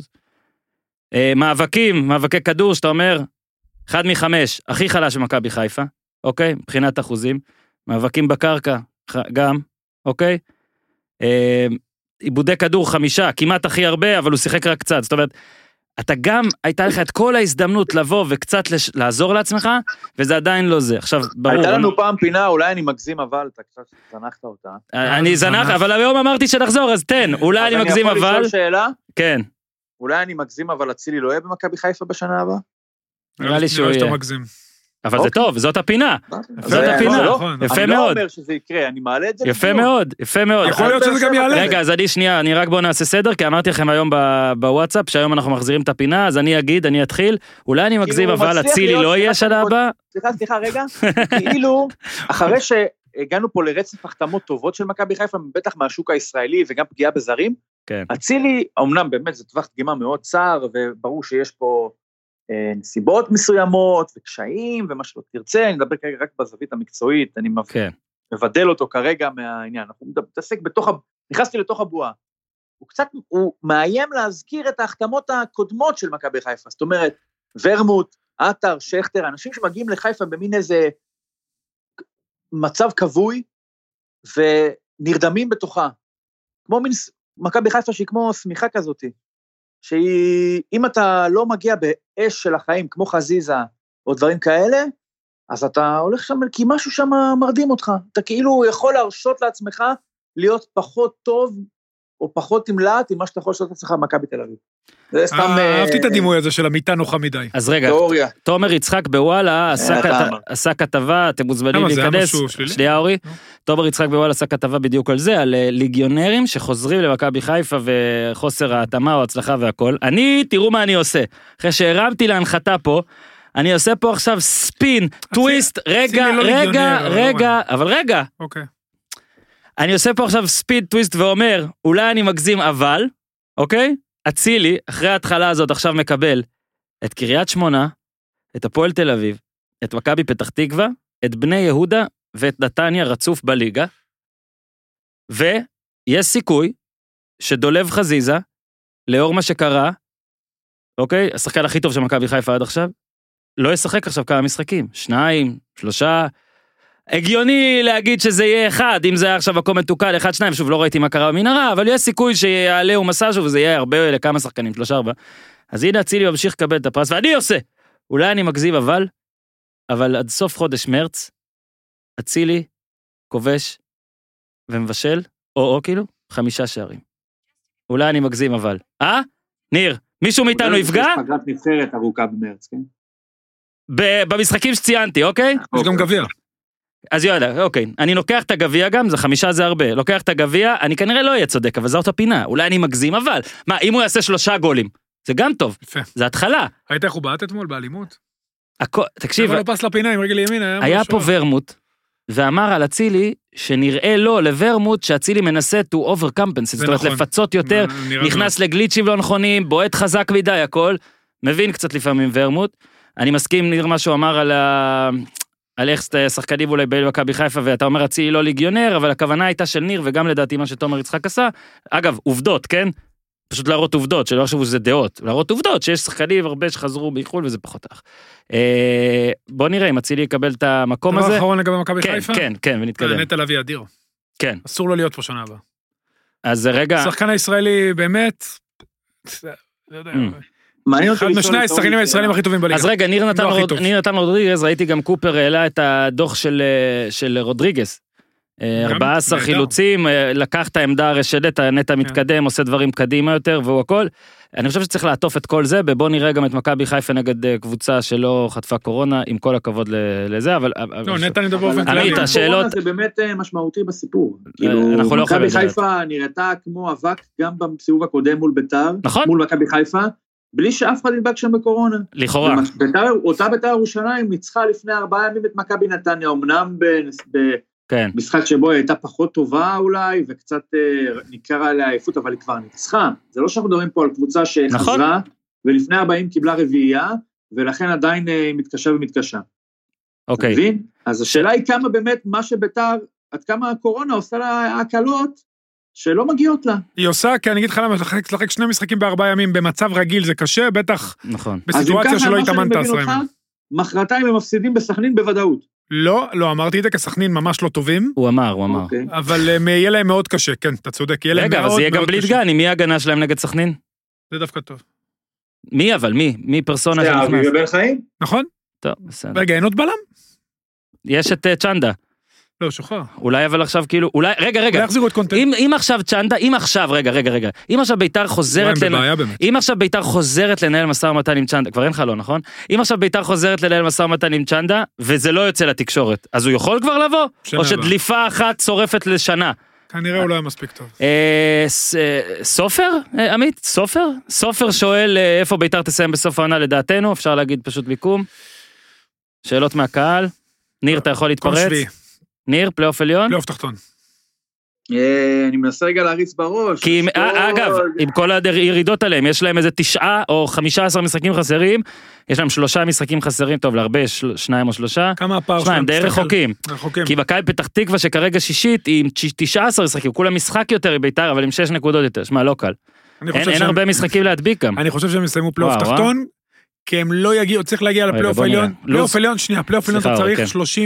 מאבקי כדור, שאתה אומר, 1 מ-5, הכי חלש במכבי חיפה, אוקיי? מבחינת אחוזים. מאבקים בקרקע, גם, אוקיי? עיבודי כדור 5, כמעט הכי הרבה, אבל הוא שיחק רק קצת. זאת אומרת, אתה גם, הייתה לך את כל ההזדמנות לבוא וקצת לעזור לעצמך, וזה עדיין לא זה. עכשיו, ברור. הייתה לנו פעם פינה, אולי אני מגזים אבל, אתה קצת זנחת אותה. אני זנח, אבל היום אמרתי שנחזור, אז תן, אולי אני מגזים אבל. אז אני יכול לשאול שאלה? כן. אולי אני מגזים אבל אצילי לא יהיה במכבי חיפה בשנה הבאה? נראה לי שהוא יהיה. אבל זה טוב, זאת הפינה. זאת הפינה. יפה מאוד. אני לא אומר שזה יקרה, אני מעלה את זה. יפה מאוד, יפה מאוד. יכול להיות שזה גם יעלה. רגע, אז אני רק בוא נעשה סדר, כי אמרתי לכם היום בוואטסאפ, שהיום אנחנו מחזירים את הפינה, אז אני אגיד, אני אתחיל, אולי אני מגזים, אבל אצילי לא יהיה שנה הבאה. סליחה, רגע. כאילו, אחרי שהגענו פה לרצף החתמות טובות של מכבי חיפה, בטח מהשוק הישראלי וגם פגיעה בזרים, אצילי, אמנם באמת זה טווח דגימה מאוד צר, וברור שיש פה נסיבות מסוימות וקשיים ומה שלא תרצה, אני מדבר כרגע רק בזווית המקצועית, אני מבדל אותו כרגע מהעניין, אנחנו מתעסק נכנסתי לתוך הבועה, הוא מאיים להזכיר את ההחתמות הקודמות של מכבי חיפה, זאת אומרת, ורמוט, עטר, שכטר, אנשים שמגיעים לחיפה במין איזה מצב קבוי, ונרדמים בתוכה, כמו מין מכבי חיפה שהיא כמו סמיכה כזאת, שאם אתה לא מגיע באש של החיים, כמו חזיזה, או דברים כאלה, אז אתה הולך שם, כי משהו שם מרדים אותך, אתה כאילו יכול להרשות לעצמך, להיות פחות טוב, או פחות תמלט, עם מה שאתה יכול לשאול את עצמך במכבי תל אביב. זה סתם... אהבתי את הדימוי הזה של המיטה נוחה מדי. אז רגע, תומר יצחק בוואלה, עשה כתבה, אתם מוזמנים להיכנס, שנייה אורי, תומר יצחק בוואלה עשה כתבה בדיוק על זה, על ליגיונרים שחוזרים למכבי חיפה, וחוסר ההתאמה או הצלחה והכל. תראו מה אני עושה, אחרי שהרמתי להנחתה פה, אני עושה פה עכשיו ספין, טוויסט, רגע, אוקיי. אני עושה פה עכשיו ספיד טוויסט ואומר, אולי אני מגזים אבל, אוקיי? אצילי, אחרי ההתחלה הזאת עכשיו מקבל את קריית שמונה, את הפועל תל אביב, את מכבי פתח תקווה, את בני יהודה ואת נתניה רצוף בליגה, ויש סיכוי שדולב חזיזה, לאור מה שקרה, אוקיי? השחקן הכי טוב של מכבי חיפה עד עכשיו, לא ישחק עכשיו כמה משחקים, 2, 3, הגיוני להגיד שזה יהיה 1, אם זה היה עכשיו מקום מתוקל, 1, 2, שוב לא ראיתי מה קרה במנהרה, אבל יש סיכוי שיעלה ומסאז'ו, וזה יהיה הרבה לכמה שחקנים, 3, 4. אז הנה אצילי ממשיך לקבל את הפרס, ואני עושה. אולי אני מגזים אבל עד סוף חודש מרץ, אצילי, כובש ומבשל, או כאילו, 5 שערים. אולי אני מגזים אבל. ניר, מישהו מאיתנו יפגע? יש פגרת נבחרת ארוכה במרץ, כן? במשחקים שציינתי, אוקיי? יש גם גביע. אז יאללה, אוקיי, אני לוקח את הגביע גם, זה 5 זה הרבה, לוקח את הגביע, אני כנראה לא אהיה צודק, אבל זאת הפינה, אולי אני מגזים, אבל, מה, אם הוא יעשה 3 גולים, זה גם טוב, יפה. זה התחלה. היית איך הוא בעט אתמול באלימות? תקשיב, אבל לא פס לפינה עם רגל ימין, היה פה ורמוט, ואמר על אצילי, שנראה לו לוורמוט, שאצילי מנסה to overcompensate, זאת אומרת לפצות יותר, נכנס לגליצ'ים לא נכונים, בועט חזק מדי, הכל, מבין קצת לפעמים ורמוט, אני מסכים נראה מה שהוא אמר על איך שחקנים אולי בעל מכבי חיפה, ואתה אומר אצילי לא ליגיונר, אבל הכוונה הייתה של ניר, וגם לדעתי מה שתומר יצחק עשה, אגב, עובדות, כן? פשוט להראות עובדות, שלא חשבו שזה דעות, להראות עובדות, שיש שחקנים הרבה שחזרו בחו"ל, וזה פחות אח. בוא נראה אם אצילי יקבל את המקום הזה. דבר אחרון לגבי מכבי חיפה? כן, ונתקדם. נטע לביא אדיר. כן. אסור לו להיות פה שנה הבאה. אז רגע... השחקן הישראלי באמת, לא יודע, אחד משני השחקנים הישראלים הכי טובים בליגה. אז רגע, ניר נתן רודריגז, ראיתי גם קופר העלה את הדוח של רודריגז. 14 חילוצים, לקח את העמדה הרשדת, נטע מתקדם, עושה דברים קדימה יותר, והוא הכל. אני חושב שצריך לעטוף את כל זה, ובוא נראה גם את מכבי חיפה נגד קבוצה שלא חטפה קורונה, עם כל הכבוד לזה, אבל... לא, נטע נדבר באופן כללי. קורונה זה באמת משמעותי בסיפור. מכבי חיפה נראתה כמו אבק, גם בסיבוב הקודם מול ביתר, מול מכבי חיפה, בלי שאף אחד נדבק שם בקורונה. לכאורה. אותה ביתר ירושלים ניצחה לפני 4 ימים את מכבי נתניה, אמנם במשחק שבו היא הייתה פחות טובה אולי, וקצת ניכרה עליה עייפות, אבל היא כבר ניצחה. זה לא שאנחנו מדברים פה על קבוצה שחזרה, ולפני 40 קיבלה רביעייה, ולכן עדיין היא מתקשה ומתקשה. אוקיי. מבין? אז השאלה היא כמה באמת מה שביתר, עד כמה הקורונה עושה לה הקלות, שלא מגיעות לה. היא עושה, כי אני אגיד לך למה, לשחק 2 משחקים ב4 ימים, במצב רגיל זה קשה, בטח בסיטואציה שלא התאמנת 10 ימים. מחרתיים הם מפסידים בסכנין בוודאות. לא, אמרתי את זה, כי סכנין ממש לא טובים. הוא אמר. אבל יהיה להם מאוד קשה, כן, אתה צודק, יהיה להם מאוד מאוד קשה. רגע, אז יהיה גם בלי דגן, אם יהיה הגנה שלהם נגד סכנין? זה דווקא טוב. מי אבל? מי פרסונה זה שנכנס? אביב בן חיים? נכון? טוב, בסדר. רגע, אין עוד בלם? יש את צ'נדה. לא, שוחרר. אולי אבל עכשיו כאילו, אולי, רגע. אולי יחזירו את קונטנט. אם עכשיו צ'נדה, אם עכשיו, רגע. אם עכשיו ביתר חוזרת אם עכשיו ביתר חוזרת לנהל משא ומתן עם צ'נדה, כבר אין לך לא, נכון? אם עכשיו ביתר חוזרת לנהל משא ומתן עם צ'נדה, וזה לא יוצא לתקשורת, אז הוא יכול כבר לבוא? או שדליפה אחת שורפת לשנה? כנראה הוא לא היה מספיק טוב. סופר, עמית? סופר שואל איפה ביתר תסיים בסוף העונה לדעתנו, אפשר להגיד פשוט מיקום. שאלות מהקהל. ניר, אתה יכול להתפרץ? ניר, פלייאוף עליון? פלייאוף תחתון. אני מנסה רגע להריץ בראש. כי אגב, עם כל הירידות עליהם, יש להם איזה 9 או 15 משחקים חסרים, יש להם 3 משחקים חסרים, טוב, להרבה 2 או 3. כמה הפער שלהם? הם די רחוקים. כי מכבי פתח תקווה שכרגע שישית, היא עם 19 משחקים, כולם משחק יותר מביתר, אבל עם 6 נקודות יותר, שמע, לא קל. אין הרבה משחקים להדביק גם. אני חושב שהם יסיימו פלייאוף תחתון, כי הם לא יגיעו, צריך להגיע לפלייאוף עליון. פלייאוף עליון, שנייה, פלייאוף עליון אתה צריך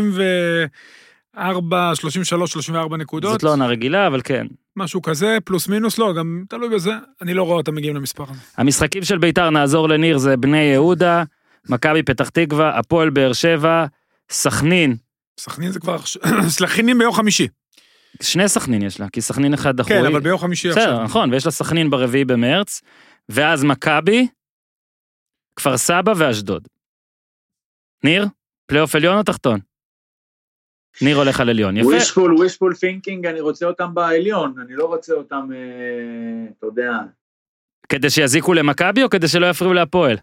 34, 33, 34 נקודות. זאת לא עונה רגילה, אבל כן. משהו כזה, פלוס מינוס, לא, גם תלוי בזה. אני לא רואה אותם מגיעים למספר הזה. המשחקים של ביתר, נעזור לניר, זה בני יהודה, מכבי פתח תקווה, הפועל באר שבע, סכנין. סכנין זה כבר, סכנין ביום חמישי. 2 סכנין יש לה, כי סכנין אחד דחוי. כן, אבל ביום חמישי עכשיו. בסדר, נכון, ויש לה סכנין ברביעי במרץ, ואז מכבי, כפר סבא ואשדוד. ניר, פלייאוף עליון או תחתון? ניר הולך על עליון, יפה. wishful thinking, אני רוצה אותם בעליון, אני לא רוצה אותם, אתה יודע. כדי שיזיקו למכבי או כדי שלא יפריעו להפועל?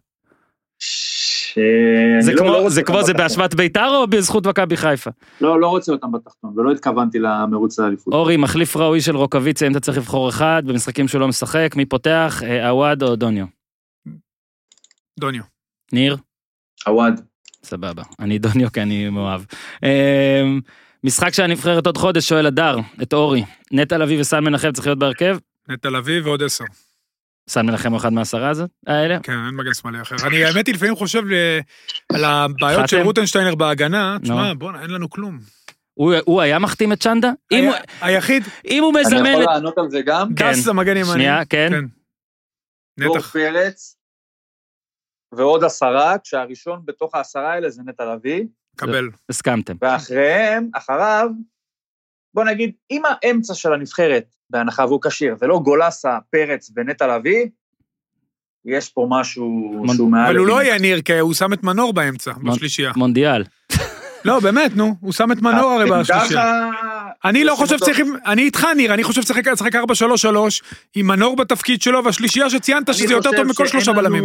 זה כמו זה באשמת ביתר או בזכות מכבי חיפה? לא רוצה אותם בתחתון, ולא התכוונתי למרוץ האליפות. אורי, מחליף ראוי של רוקביצה, אם אתה צריך לבחור אחד, במשחקים שהוא לא משחק, מי פותח, עווד או דוניו? דוניו. ניר? עווד. סבבה, אני דוניו כי אני מאוהב. משחק שהנבחרת עוד חודש שואל הדר, את אורי, נטע לביא וסן מנחם צריך להיות בהרכב? נטע לביא ועוד 10. סן מנחם הוא אחד מהעשרה הזאת? האלה? כן, אין מגן שמאלי אחר. אני האמת היא לפעמים חושב על הבעיות של רוטנשטיינר בהגנה, תשמע, בוא, אין לנו כלום. הוא היה מחתים את צ'נדה? היחיד. אם הוא מזמן... אני יכול לענות על זה גם? דס המגן ימני. שנייה, כן. דור פרץ. ועוד 10, כשהראשון בתוך 10 האלה זה נטע לביא. קבל. הסכמתם. אחריו, בוא נגיד, אם האמצע של הנבחרת, בהנחה והוא קשיר, ולא גולסה, פרץ ונטע לביא, יש פה משהו שהוא מעל... אבל הוא לא יהיה ניר, כי הוא שם את מנור באמצע, בשלישייה. מונדיאל. לא, באמת, נו, הוא שם את מנור הרי בשלישייה. אני לא חושב שצריכים, אני איתך ניר, אני חושב שצריך 4-3-3, עם מנור בתפקיד שלו, והשלישייה שציינת שזה יותר טוב מכל 3 בלמים.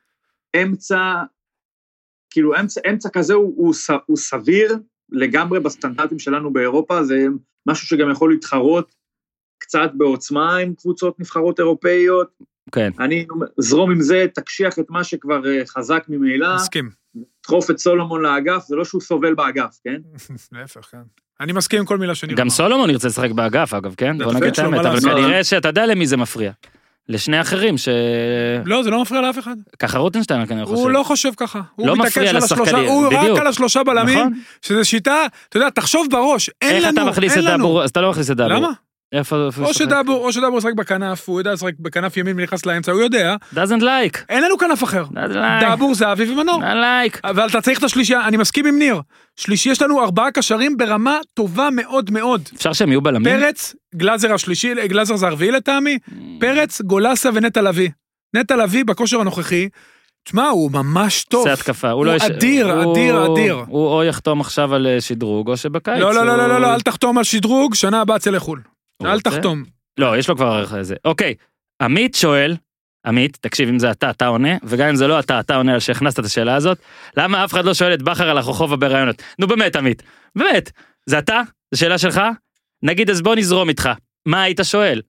אמצע כזה הוא סביר לגמרי בסטנדרטים שלנו באירופה, זה משהו שגם יכול להתחרות קצת בעוצמה עם קבוצות נבחרות אירופאיות. כן. אני זרום עם זה, תקשיח את מה שכבר חזק ממילא. מסכים. תחוף את סולומון לאגף, זה לא שהוא סובל באגף, כן? להפך, כן. אני מסכים עם כל מילה שאני גם סולומון ירצה לשחק באגף, אגב, כן? בוא נגיד את האמת, אבל כנראה שאתה יודע למי זה מפריע. לשני אחרים לא, זה לא מפריע לאף אחד. ככה רוטנשטיין כנראה חושב. הוא לא חושב ככה. לא מפריע לשחקנים. הוא רק על 3 בלמים, שזה שיטה, אתה יודע, תחשוב בראש, אין לנו. איך אתה מכניס את דאבור? אז אתה לא מכניס את דאבור. למה? או שדאבור ישחק בכנף, הוא יודע לשחק בכנף ימין ונכנס לאמצע, הוא יודע. doesn't like. אין לנו כנף אחר. דאבור זה אביב ומנור. אבל אתה צריך את השלישייה, אני מסכים עם ניר. שלישי יש לנו 4 קשרים ברמה טובה מאוד מאוד. אפשר שהם יהיו בלמים? פרץ, גלאזר השלישי, גלאזר זה הרביעי לטעמי, פרץ, גולסה ונטע לביא. נטע לביא בכושר הנוכחי, תשמע, הוא ממש טוב. זה התקפה. הוא אדיר. הוא או יחתום עכשיו על שדרוג, או שבקיץ. לא, אל תחתום על שדרוג, שנה הבאה צא לחול. אל תחתום. לא, יש לו כבר ערך לזה. אוקיי, עמית שואל, עמית, תקשיב, אם זה אתה עונה, וגם אם זה לא אתה עונה על שהכנסת את השאלה הזאת, למה אף אחד לא שואל את בחר על החוכובה ברעיונות? נו באמת, עמית, באמת, זה אתה? זו שאלה שלך? נגיד, אז בוא נזרום איתך. מה היית שואל?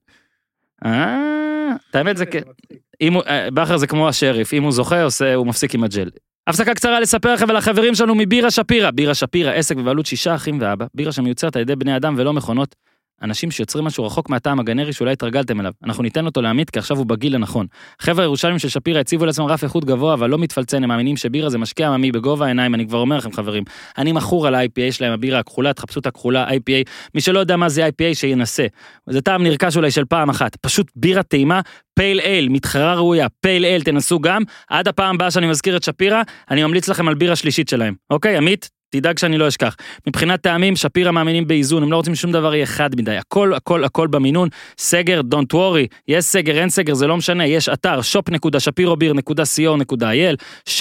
האמת זה בחר זה כמו השריף, אם הוא זוכה, הוא מפסיק עם הג'ל. הפסקה קצרה לספר לכם על החברים שלנו מבירה שפירה. בירה שפירה, עסק בבעלות 6 אחים ואבא, בירה שמיוצרת על ידי בני אדם ולא מכונות, אנשים שיוצרים משהו רחוק מהטעם הגנרי שאולי התרגלתם אליו. אנחנו ניתן אותו להעמיד כי עכשיו הוא בגיל הנכון. חבר'ה ירושלים של שפירא הציבו לעצמם רף איכות גבוה, אבל לא מתפלצן, הם מאמינים שבירה זה משקיע עממי בגובה העיניים, אני כבר אומר לכם חברים, אני מכור על ה-IPA שלהם, הבירה הכחולה, תחפשו את הכחולה, IPA, מי שלא יודע מה זה IPA שינסה. זה טעם נרכש אולי של פעם אחת, פשוט בירה טעימה, פייל אייל, מתחרה ראויה, פייל אייל תנסו גם, עד הפעם הבאה שאני מזכיר את שפירא, אני ממליץ לכם על בירה שלישית שלהם. אוקיי, עמית? תדאג שאני לא אשכח. מבחינת טעמים, שפירא מאמינים באיזון, הם לא רוצים שום דבר יהיה חד מדי, הכל במינון, סגר, don't worry, יש סגר, אין סגר, זה לא משנה, יש אתר, shop.shapirobir.co.il,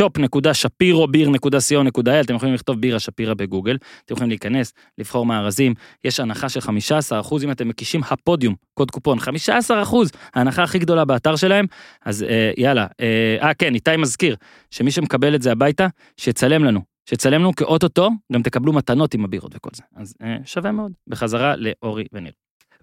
shop.shapirobir.co.il, אתם יכולים לכתוב בירה שפירא בגוגל, אתם יכולים להיכנס, לבחור מארזים, יש הנחה של 15% אם אתם מקישים הפודיום, קוד קופון, 15%, ההנחה הכי גדולה באתר שלהם, אז יאללה, כן, איתי מזכיר, שמי שמקבל את זה הביתה, שיצלם לנו כאוטוטו, גם תקבלו מתנות עם הבירות וכל זה. אז שווה מאוד. בחזרה לאורי וניר.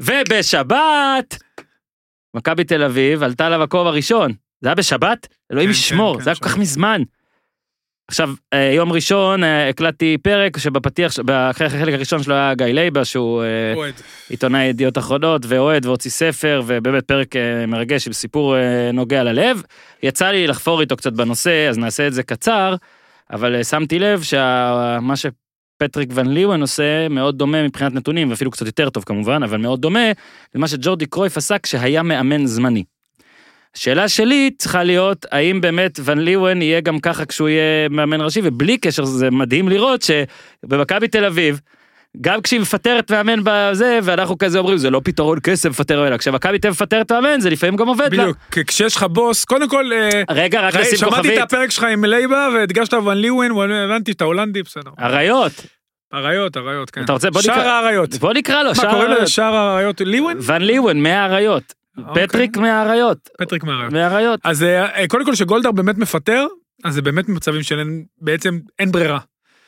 ובשבת, מכבי תל אביב עלתה עליו הכובע הראשון. זה היה בשבת? אלוהים ישמור, זה היה כל כך מזמן. עכשיו, יום ראשון הקלטתי פרק שבפתיח, בחלק הראשון שלו היה גיא לייבה, שהוא עיתונאי ידיעות אחרונות, ואוהד והוציא ספר, ובאמת פרק מרגש עם סיפור נוגע ללב. יצא לי לחפור איתו קצת בנושא, אז נעשה את זה קצר, אבל שמתי לב שמה שפטריק ון ליוון עושה מאוד דומה מבחינת נתונים, ואפילו קצת יותר טוב כמובן, אבל מאוד דומה למה שג'ורדי קרויף עשה כשהיה מאמן זמני. השאלה שלי צריכה להיות, האם באמת ון ליוון יהיה גם ככה כשהוא יהיה מאמן ראשי, ובלי קשר זה מדהים לראות שבמכבי תל אביב, גם כשהיא מפטרת מאמן בזה, ואנחנו כזה אומרים, זה לא פתרון כסף מפטר מאמן, כשמכבי תל אביב מפטרת מאמן, זה לפעמים גם עובד לה. בדיוק, כשיש לך בוס, קודם כל, רגע, רק לשים כוכבית. שמעתי את הפרק שלך עם לייבה, והדגשת ון ליוון, הבנתי את ההולנדי, בסדר. אריות, כן. שער האריות. בוא נקרא לו, מה קוראים לזה, שער האריות? ליוון? ון ליוון, מהאריות. פטריק מהאריות. מהאריות. אז קודם כל שגולדהר באמת מפטר, אז זה באמת מצבים שלהם, בעצם אין ברירה.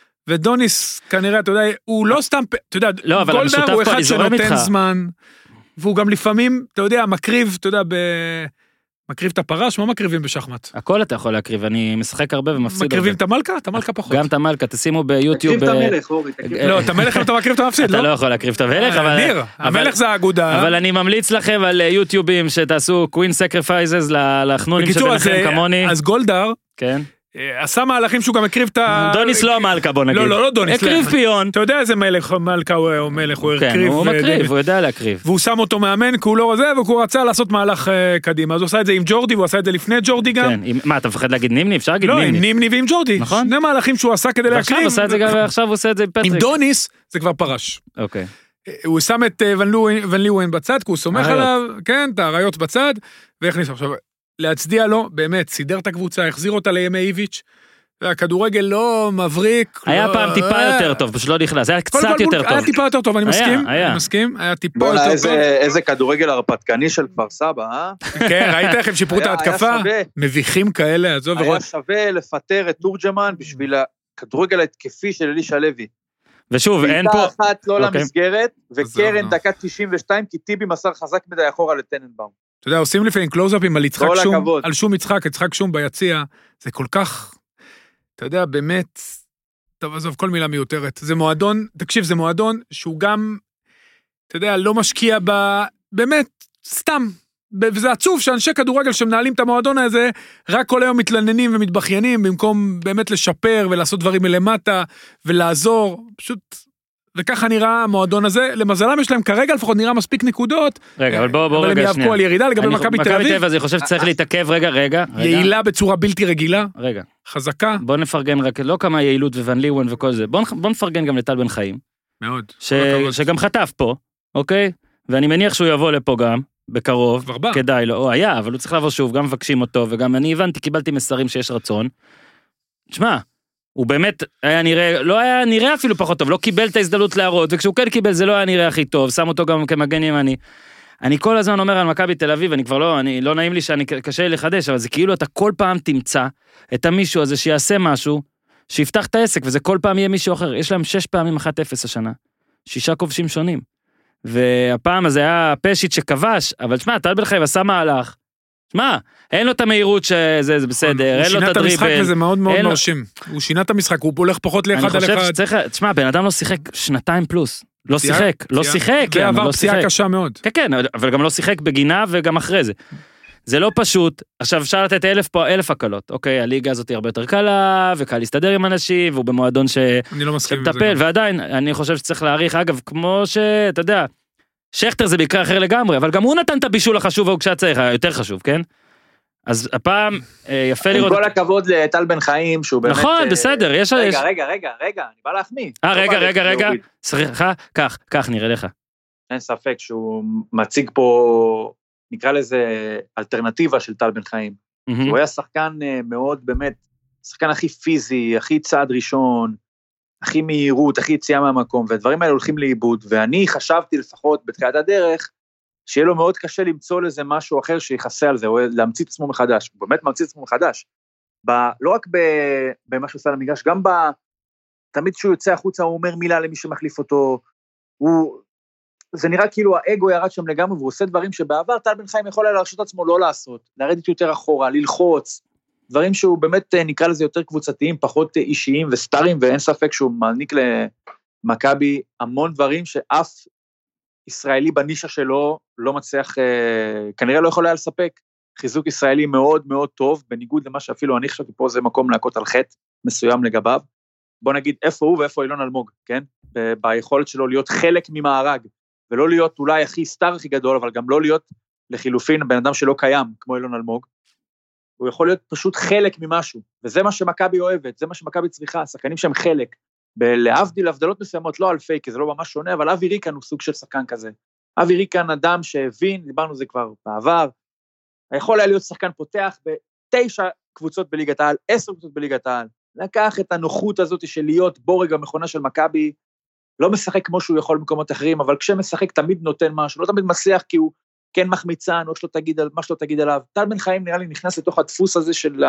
ודוניס, כנראה, אתה יודע, הוא לא סתם, אתה יודע, גולדהר הוא אחד שנותן זמן, והוא גם לפעמים, אתה יודע, מקריב, אתה יודע, מקריב את הפרש, מה מקריבים בשחמט? הכל אתה יכול להקריב, אני משחק הרבה ומפסיד. מקריבים את המלכה? את המלכה פחות. גם את המלכה, תשימו ביוטיוב. תקריב את המלך, אורי. לא, את המלך אתה מקריב, אתה מפסיד, לא? אתה לא יכול להקריב את המלך, אבל... ניר, המלך זה האגודה. אבל אני ממליץ לכם על יוטיובים שתעשו קווין סקריפייזס לחנונים שביניכם כמוני. אז גולדהר, כן. עשה מהלכים שהוא גם הקריב את ה... דוניס לא המלכה, בוא נגיד. לא דוניס. הקריב פיון. אתה יודע איזה מלכה הוא מלך, הוא כן, הקריב. הוא מקריב, הוא יודע להקריב. והוא שם אותו מאמן, כי הוא לא רזה, והוא רצה לעשות מהלך קדימה. אז הוא עשה את זה עם ג'ורדי, והוא עשה את זה לפני ג'ורדי גם. כן, מה, אתה מפחד להגיד נימני? אפשר להגיד נימני. נימני. לא, עם נימני ועם ג'ורדי. נכון. שני מהלכים שהוא עשה כדי להקריב. ועכשיו הוא עושה את זה עם פטריק. עם דוניס, זה כבר פרש. אוקיי. הוא שם את ון ליוון בצד, כי הוא סומך עליו, כן, את האריות בצד, והכניס עכשיו. להצדיע לו, באמת, סידר את הקבוצה, החזיר אותה לימי איביץ', והכדורגל לא מבריק. היה פעם טיפה יותר טוב, פשוט לא נכנס, היה קצת יותר טוב. היה טיפה יותר טוב, אני מסכים, היה טיפה יותר טוב. איזה כדורגל הרפתקני של כפר סבא, אה? כן, ראית איך הם שיפרו את ההתקפה? מביכים כאלה, עזוב. היה שווה לפטר את תורג'מן בשביל הכדורגל ההתקפי של אלישע לוי. ושוב, אין פה... בעיטה אחת לא למסגרת, וקרן דקה 92, כי טיבי מסר חזק מדי אחורה לטננבאום. אתה יודע, עושים לפעמים קלוזאפים על שום יצחק שום ביציע, זה כל כך, אתה יודע, באמת, טוב, עזוב, כל מילה מיותרת, זה מועדון, תקשיב, זה מועדון שהוא גם, אתה יודע, לא משקיע באמת, סתם, וזה עצוב שאנשי כדורגל שמנהלים את המועדון הזה, רק כל היום מתלננים ומתבחיינים, במקום באמת לשפר ולעשות דברים מלמטה, ולעזור, פשוט... וככה נראה המועדון הזה, למזלם יש להם כרגע לפחות נראה מספיק נקודות, רגע, אבל בוא אבל הם יאבקו על ירידה לגבי מכבי תל אביב. מכבי תל אביב, אז אני חושב שצריך להתעכב, רגע. יעילה בצורה בלתי רגילה, רגע. חזקה. בוא נפרגן רק, לא כמה יעילות וון ליוון וכל זה, בוא נפרגן גם לטל בן חיים. מאוד. שגם חטף פה, אוקיי? ואני מניח שהוא יבוא לפה גם, בקרוב, כדאי לו, הוא היה, אבל הוא צריך לבוא שוב, גם מבקשים אותו, וגם אני הבנתי, קיבלתי מסרים שיש רצון. תשמע, הוא באמת היה נראה, לא היה נראה אפילו פחות טוב, לא קיבל את ההזדמנות להראות, וכשהוא כן קיבל זה לא היה נראה הכי טוב, שם אותו גם כמגן ימני. אני כל הזמן אומר על מכבי תל אביב, אני כבר לא נעים לי שאני קשה לי לחדש, אבל זה כאילו אתה כל פעם תמצא את המישהו הזה שיעשה משהו, שיפתח את העסק, וזה כל פעם יהיה מישהו אחר. יש להם 6 פעמים 1-0 השנה, 6 כובשים שונים. והפעם הזה היה פשיט שכבש, אבל תשמע, טל בן חיים עשה מהלך, תשמע, אין לו את המהירות שזה בסדר, אין לו את הדריבל. הוא שינה את המשחק וזה מאוד מרשים. הוא שינה את המשחק, הוא הולך פחות לאחד על אחד. תשמע, בן אדם לא שיחק 2 פלוס. לא שיחק, לא שיחק. זה עבר פציעה קשה מאוד. כן, אבל גם לא שיחק בגינה וגם אחרי זה. זה לא פשוט, עכשיו אפשר לתת 1,000 הקלות, אוקיי, הליגה הזאת היא הרבה יותר קלה, וקל להסתדר עם אנשים, והוא במועדון שמטפל, ועדיין, אני חושב שצריך להעריך, אגב, כמו שאתה יודע, שכטר זה בעיקר אחר לגמרי, אבל גם הוא נתן את הבישול החשוב, והוא כשאת צריך, יותר חשוב, כן? אז הפעם, יפה לראות... עם כל הכבוד לטל בן חיים, שהוא באמת... נכון, בסדר, יש... רגע, אני בא להחמיא. רגע, סליחה, כך נראה לך. אין ספק שהוא מציג פה, נקרא לזה אלטרנטיבה של טל בן חיים. הוא היה שחקן מאוד, באמת, שחקן הכי פיזי, הכי צעד ראשון, הכי מהירות, הכי יציאה מהמקום, והדברים האלה הולכים לאיבוד, ואני חשבתי לפחות בתחילת הדרך, שיהיה לו מאוד קשה למצוא לזה משהו אחר שיחסה על זה, או להמציא את עצמו מחדש, הוא באמת ממציא את עצמו מחדש, לא רק במה שהוא עושה למגרש, גם תמיד כשהוא יוצא החוצה, הוא אומר מילה למי שמחליף אותו, זה נראה כאילו האגו ירד שם לגמרי, והוא עושה דברים שבעבר טל בן חיים יכול היה להרשות עצמו לא לעשות, לרדת יותר אחורה, ללחוץ, דברים שהוא באמת נקרא לזה יותר קבוצתיים, פחות אישיים וסטארים, ואין ספק שהוא מעניק למכבי המון דברים שאף ישראלי בנישה שלו לא מצליח, כנראה לא יכול היה לספק, חיזוק ישראלי מאוד מאוד טוב, בניגוד למה שאפילו אני חשבתי פה זה מקום להכות על חטא מסוים לגביו, בוא נגיד איפה הוא ואיפה אילון אלמוג, כן? ביכולת שלו להיות חלק ממארג, ולא להיות אולי הכי סטאר הכי גדול, אבל גם לא להיות לחילופין בן אדם שלא קיים, כמו אילון אלמוג, הוא יכול להיות פשוט חלק ממשהו, וזה מה שמכבי אוהבת, זה מה שמכבי צריכה, שחקנים שהם חלק, להבדיל הבדלות מסוימות, לא אלפי, כי זה לא ממש שונה, אבל אבי ריקן הוא סוג של שחקן כזה. אבי ריקן אדם שהבין, דיברנו זה כבר בעבר, יכול היה להיות שחקן פותח ב9 קבוצות בליגת העל, 10 קבוצות בליגת העל, לקח את הנוחות הזאת של להיות בורג המכונה של מכבי, לא משחק כמו שהוא יכול במקומות אחרים, אבל כשמשחק תמיד נותן משהו, לא תמיד מצליח כי הוא כן מחמיצן, או מה שלא תגיד עליו. טל בן חיים נראה לי נכנס לתוך הדפוס הזה של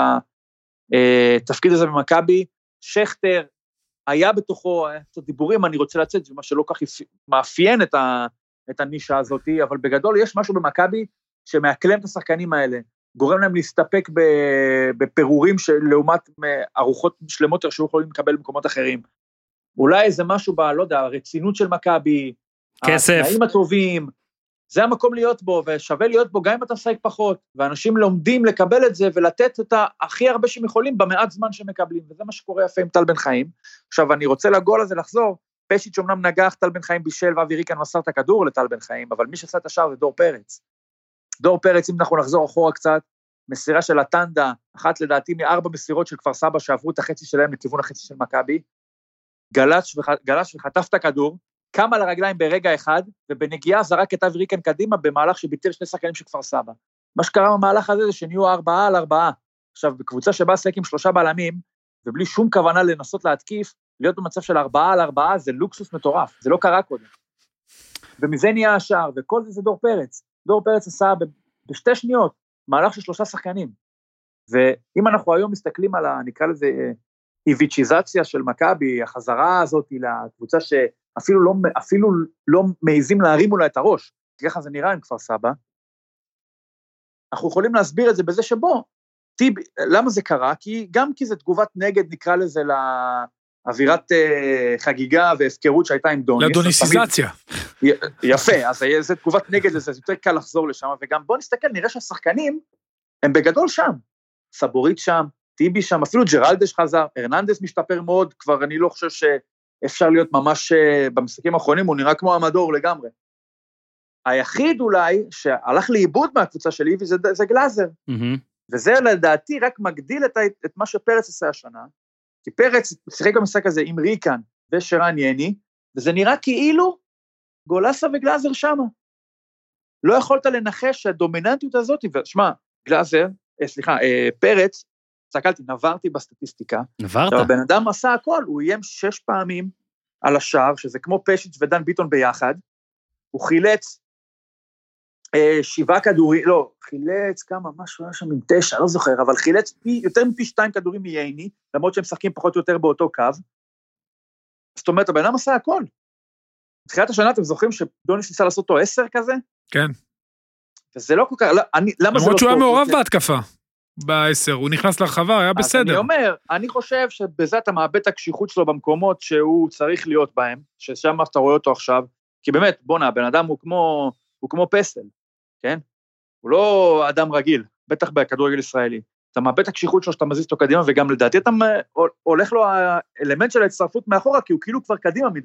התפקיד הזה במכבי, שכטר היה בתוכו, קצת דיבורים, אני רוצה לצאת, זה מה שלא כך מאפיין את הנישה הזאת, אבל בגדול יש משהו במכבי שמאקלם את השחקנים האלה, גורם להם להסתפק בפירורים לעומת ארוחות שלמות שהוא יכולים לקבל במקומות אחרים. אולי זה משהו לא יודע, הרצינות של מכבי, התנאים הטובים, זה המקום להיות בו, ושווה להיות בו גם אם אתה משחק פחות, ואנשים לומדים לקבל את זה, ולתת את הכי הרבה שהם יכולים, במעט זמן שהם מקבלים, וזה מה שקורה יפה עם טל בן חיים. עכשיו, אני רוצה לגול הזה לחזור, פשיץ' אמנם נגח, טל בן חיים בישל, ואבי ריקן מסר את הכדור לטל בן חיים, אבל מי שעשה את השער זה דור פרץ. דור פרץ, אם אנחנו נחזור אחורה קצת, מסירה של הטנדה, אחת לדעתי מ4 מסירות של כפר סבא, שעברו את החצי שלהם לכיוון החצי של מכבי, גלש וחטף את הכדור, קם על הרגליים ברגע אחד, ובנגיעה זרק את אבי ריקן קדימה, במהלך שביטל 2 שחקנים של כפר סבא. מה שקרה במהלך הזה זה שנהיו 4-4. עכשיו, בקבוצה שבה שחק עם 3 בלמים, ובלי שום כוונה לנסות להתקיף, להיות במצב של 4-4, זה לוקסוס מטורף, זה לא קרה קודם. ומזה נהיה השער, וכל זה דור פרץ. דור פרץ עשה ב2 שניות, מהלך של 3 שחקנים. ואם אנחנו היום מסתכלים על נקרא לזה, איביצ'יזציה של מכבי, החזרה הזאת לקבוצה אפילו לא מעיזים להרים אולי את הראש, ככה זה נראה עם כפר סבא, אנחנו יכולים להסביר את זה בזה שבו, למה זה קרה? גם כי זה תגובת נגד, נקרא לזה לאווירת חגיגה והפקרות שהייתה עם דוניס. לדוניסיזציה. יפה, אז זה תגובת נגד לזה, זה יותר קל לחזור לשם, וגם בוא נסתכל, נראה שהשחקנים הם בגדול שם, סבורית שם, טיבי שם, אפילו ג'רלדש חזר, הרננדס משתפר מאוד, כבר אני לא חושב שאפשר להיות ממש במשחקים האחרונים, הוא נראה כמו המדור לגמרי. היחיד אולי שהלך לאיבוד מהקבוצה של איבי זה גלאזר, וזה לדעתי רק מגדיל את מה שפרץ עושה השנה, כי פרץ שיחק במשחק הזה עם ריקן ושרן יני, וזה נראה כאילו גולסה וגלאזר שמה. לא יכולת לנחש שהדומיננטיות הזאת, ושמע, פרץ, צעקלתי, נברתי בסטטיסטיקה. נברת? הבן אדם עשה הכל, הוא איים 6 פעמים על השער, שזה כמו פשיץ' ודן ביטון ביחד, הוא חילץ 7 כדורים, לא, חילץ כמה, משהו היה שם עם 9, לא זוכר, אבל חילץ יותר מפי 2 כדורים מייני, למרות שהם משחקים פחות או יותר באותו קו, זאת אומרת, הבן אדם עשה הכל. בתחילת השנה אתם זוכרים שדוניס ניסה לעשות אותו 10 כזה? כן. וזה לא כל כך, למה זה לא טוב? למרות שהוא היה מעורב בהתקפה. ב10, הוא נכנס לרחבה, היה בסדר. אז אני אומר, אני חושב שבזה אתה מאבד את הקשיחות שלו במקומות שהוא צריך להיות בהם, ששם אתה רואה אותו עכשיו, כי באמת, בונה, הבן אדם הוא כמו פסל, כן? הוא לא אדם רגיל, בטח בכדורגל ישראלי. אתה מאבד את הקשיחות שלו שאתה מזיז אותו קדימה, וגם לדעתי אתה הולך לו האלמנט של ההצטרפות מאחורה, כי הוא כאילו כבר קדימה מדי.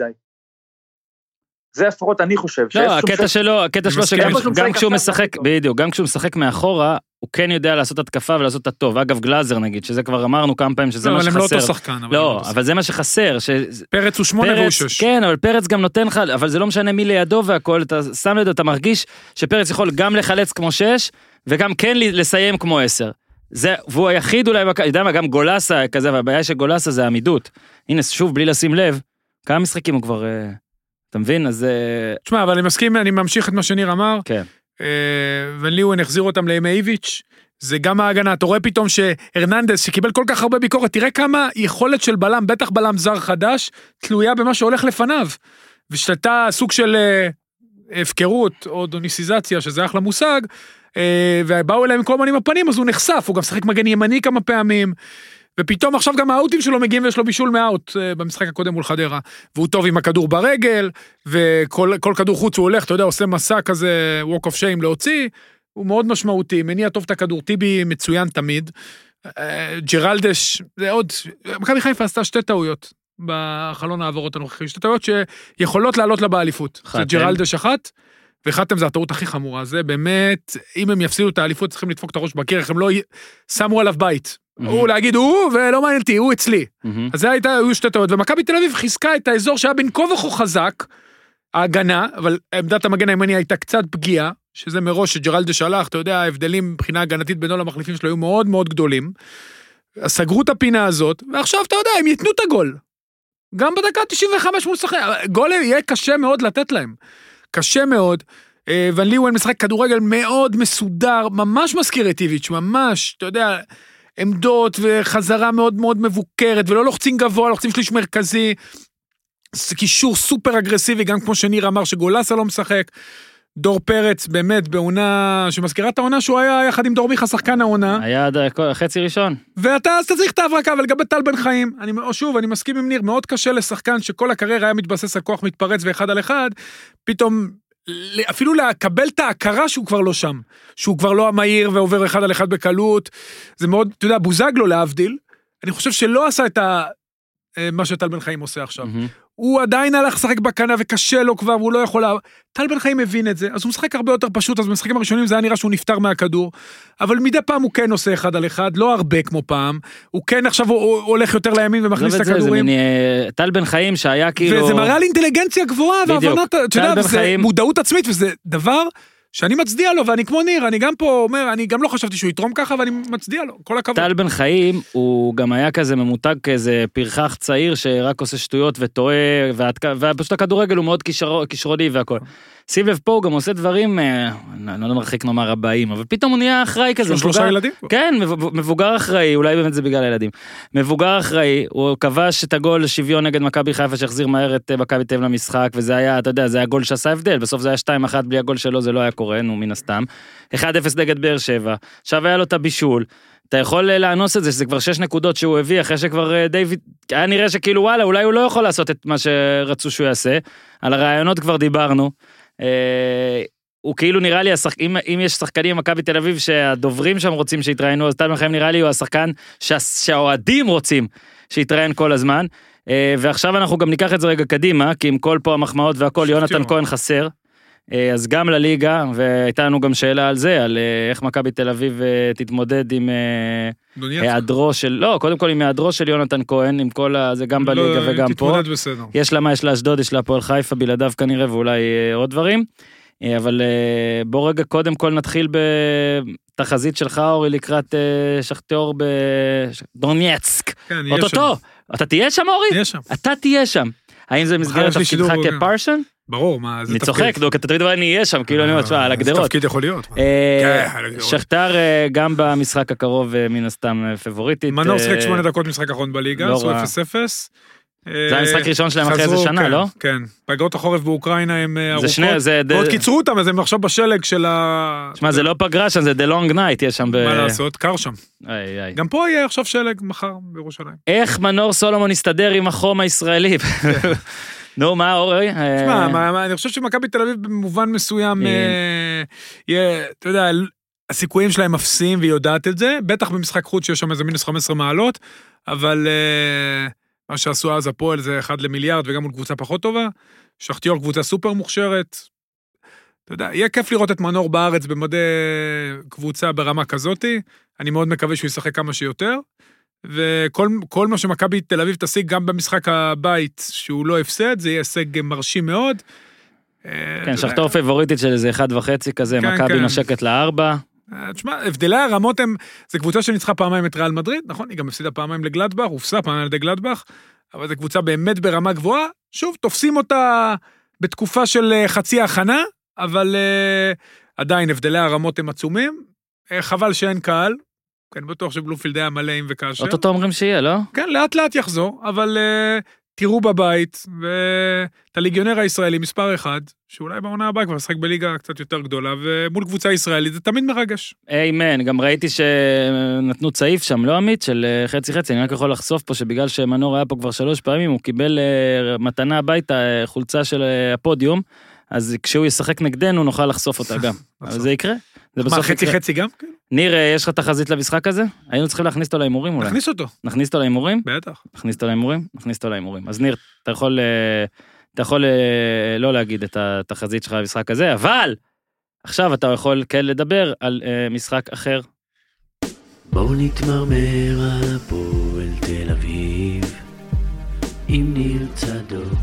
זה לפחות אני חושב. לא, הקטע שלו שגם כשהוא משחק, בדיוק, גם כשהוא משחק מאחורה, הוא כן יודע לעשות התקפה ולעשות את הטוב. אגב, גלאזר נגיד, שזה כבר אמרנו כמה פעמים שזה מה שחסר. אבל הם לא אותו שחקן. לא, אבל זה מה שחסר. פרץ הוא 8 והוא 6. כן, אבל פרץ גם נותן לך, אבל זה לא משנה מי לידו והכל, אתה שם לידו, אתה מרגיש שפרץ יכול גם לחלץ כמו 6, וגם כן לסיים כמו 10. והוא היחיד אולי, יודע מה, גם גולסה כזה, והבעיה של גולסה זה עמידות. הנה, שוב, בלי לשים לב, כמה משחקים הוא כבר, אתה מבין? אז... תשמע, אבל אני מסכים, אני ממשיך את מה שניר אמר. כן. וליוון החזיר אותם לימי איביץ', זה גם ההגנה, אתה רואה פתאום שהרננדס, שקיבל כל כך הרבה ביקורת, תראה כמה יכולת של בלם, בטח בלם זר חדש, תלויה במה שהולך לפניו. ושתתה סוג של הפקרות, או דוניסיזציה, שזה אחלה מושג, ובאו אליהם כל מיני הפנים, אז הוא נחשף, הוא גם שחק מגן ימני כמה פעמים, ופתאום עכשיו גם האוטים שלו מגיעים ויש לו בישול מאוט במשחק הקודם מול חדרה, והוא טוב עם הכדור ברגל, וכל כדור חוץ הוא הולך, אתה יודע, עושה מסע כזה, walk of shame להוציא, הוא מאוד משמעותי, מניע טוב את הכדור, טיבי מצוין תמיד, ג'רלדש, זה עוד, מכבי חיפה עשתה 2 טעויות, בחלון העברות הנוכחי, 2 טעויות שיכולות לעלות לה באליפות, זה ג'רלדש אחת, ואחתם זה הטעות הכי חמורה, זה באמת, אם הם יפסידו את האליפות, צריכים לדפוק את הראש בקרח, הם לא שמו עליו בית, הוא להגיד הוא, ולא מעניין אותי, הוא אצלי. אז זה היו 2 טעויות, ומכבי תל אביב חיזקה את האזור שהיה בין כה וכה חזק, ההגנה, אבל עמדת המגן הימני הייתה קצת פגיעה, שזה מראש שג'רלדש הלך, אתה יודע, ההבדלים מבחינה הגנתית בינו למחליפים שלו היו מאוד מאוד גדולים, אז סגרו את הפינה הזאת, ועכשיו אתה יודע, הם ייתנו את הגול. גם בדקה 95 מול שחק, גול יהיה קשה מאוד לתת להם. קשה מאוד, ון ליוון משחק כדורגל מאוד מסודר, ממש מזכיר את איביץ', ממש, אתה יודע, עמדות וחזרה מאוד מאוד מבוקרת, ולא לוחצים גבוה, לוחצים שליש מרכזי, זה קישור סופר אגרסיבי, גם כמו שניר אמר שגולסה לא משחק, דור פרץ באמת בעונה, שמזכירה את העונה שהוא היה יחד עם דור מיכה שחקן העונה. היה חצי ראשון. ואתה צריך את ההברקה, ולגבי טל בן חיים, שוב, אני מסכים עם ניר, מאוד קשה לשחקן שכל הקריירה היה מתבסס על כוח מתפרץ ואחד על אחד, פתאום, אפילו לקבל את ההכרה שהוא כבר לא שם, שהוא כבר לא המהיר ועובר אחד על אחד בקלות, זה מאוד, אתה יודע, בוזגלו להבדיל, אני חושב שלא עשה את מה שטל בן חיים עושה עכשיו. הוא עדיין הלך לשחק בקנה וקשה לו כבר, והוא לא יכול... טל בן חיים מבין את זה, אז הוא משחק הרבה יותר פשוט, אז במשחקים הראשונים זה היה נראה שהוא נפטר מהכדור, אבל מדי פעם הוא כן עושה אחד על אחד, לא הרבה כמו פעם, הוא כן עכשיו הוא הולך יותר לימין ומכניס את הכדורים. טל בן חיים שהיה כאילו... וזה מראה על אינטליגנציה גבוהה, והבנת, אתה יודע, זה מודעות עצמית, וזה דבר שאני מצדיע לו, ואני כמו ניר, אני גם פה אומר, אני גם לא חשבתי שהוא יתרום ככה, ואני מצדיע לו, כל הכבוד. טל בן חיים, הוא גם היה כזה ממותג, כאיזה פרחח צעיר, שרק עושה שטויות וטועה, ופשוט הכדורגל הוא מאוד כישרוני והכל. שים לב פה, הוא גם עושה דברים, לא מרחיק נאמר הבאים, אבל פתאום הוא נהיה אחראי כזה. 3 ילדים? כן, מבוגר אחראי, אולי באמת זה בגלל הילדים. מבוגר אחראי, הוא כבש את הגול שוויון נגד מכבי חיפה, שהחזיר מהר את מכבי תל אביב למשחק, וזה היה, אתה יודע, זה היה גול שעשה הבדל, בסוף זה היה 2-1 בלי הגול שלו, זה לא היה קורה, נו, מן הסתם. 1-0 נגד באר שבע, עכשיו היה לו את הבישול, אתה יכול לאנוס את זה, שזה כבר 6 נקודות שהוא הביא, אחרי שכבר דיוויד, היה נראה שכאילו וואלה, אולי הוא לא יכול לעשות את מה שרצו שהוא יעשה, על הרעיונות כבר דיברנו, הוא כאילו נראה לי, אם יש שחקנים במכבי תל אביב שהדוברים שם רוצים שיתראיינו, אז טל בן חיים נראה לי הוא השחקן שהאוהדים רוצים שיתראיין כל הזמן, ועכשיו אנחנו גם ניקח את זה רגע קדימה, כי עם כל פה המחמאות והכל, יונתן כהן חסר, אז גם לליגה, והייתה לנו גם שאלה על זה, על איך מכבי תל אביב תתמודד עם היעדרו של, לא, קודם כל עם היעדרו של יונתן כהן, עם כל זה גם בליגה וגם פה. יש לה מה, יש לה אשדוד, יש לה הפועל חיפה, בלעדיו כנראה, ואולי עוד דברים. אבל בוא רגע קודם כל נתחיל בתחזית שלך, אורי, לקראת שכתיאור בדונייצק. אוטוטו, אתה תהיה שם, אורי? תהיה שם. אתה תהיה שם. האם זה מסגרת תפקידך כפרשן? ברור, מה זה תפקיד? אני צוחק, אתה תמיד אני אהיה שם, כאילו אני אומר, על הגדרות. זה תפקיד יכול להיות. שכתר גם במשחק הקרוב, מן הסתם פבוריטית. מנור שחק 8 דקות משחק אחרון בליגה, עשו 0-0. זה המשחק ראשון שלהם אחרי איזה שנה, כן, לא? כן, פגרות החורף באוקראינה הם ארוכות, זה ועוד קיצרו אותם, אז הם עכשיו בשלג של ה... תשמע, זה לא פגרה שם, זה The Long Night, יש שם מה לעשות, קר שם. איי. גם פה יהיה עכשיו שלג מחר בירושלים. איך מנור סולומון יסתדר עם החום הישראלי? נו, מה, אורי? תשמע, אני חושב שמכבי תל אביב במובן מסוים, אתה יודע, הסיכויים שלהם אפסיים והיא יודעת את זה, בטח במשחק חוץ שיש שם איזה מינוס 15 מעלות, אבל מה שעשו אז הפועל זה 1 למיליארד, וגם מול קבוצה פחות טובה, שחטיור קבוצה סופר מוכשרת, אתה יודע, יהיה כיף לראות את מנור בארץ במדי קבוצה ברמה כזאת, אני מאוד מקווה שהוא ישחק כמה שיותר, וכל מה שמכבי תל אביב תשיג גם במשחק הבית, שהוא לא הפסד, זה יהיה הישג מרשים מאוד. כן, שחטור פייבוריטית של איזה 1.5 כזה, מכבי נשקת ל4. תשמע, הבדלי הרמות הם, זה קבוצה שניצחה פעמיים את ריאל מדריד, נכון? היא גם הפסידה פעמיים לגלדבך, הופסה פעמיים על ידי גלדבך, אבל זו קבוצה באמת ברמה גבוהה, שוב, תופסים אותה בתקופה של חצי הכנה, אבל עדיין הבדלי הרמות הם עצומים, חבל שאין קהל, כן, בטוח שבלומפילד היה מלא עם וכאשר. אותו אומרים שיהיה, לא? כן, לאט לאט יחזור, אבל תראו בבית, ואת הליגיונר הישראלי מספר 1, שאולי בעונה הבאה כבר משחק בליגה קצת יותר גדולה, ומול קבוצה ישראלית זה תמיד מרגש. אמן, גם ראיתי שנתנו צעיף שם, לא עמית, של חצי, אני רק יכול לחשוף פה, שבגלל שמנור היה פה כבר 3 פעמים, הוא קיבל מתנה הביתה, חולצה של הפודיום, אז כשהוא ישחק נגדנו, נוכל לחשוף אותה גם. אבל זה יקרה. מה, חצי גם? ניר, יש לך תחזית למשחק הזה? היינו צריכים להכניס אותו להימורים אולי. נכניס אותו. נכניס אותו להימורים? בטח. נכניס אותו להימורים. אז ניר, אתה יכול לא להגיד את התחזית שלך למשחק הזה, אבל עכשיו אתה יכול כן לדבר על משחק אחר. בואו נתמרמר על הפועל תל אביב, עם ניר צדוק.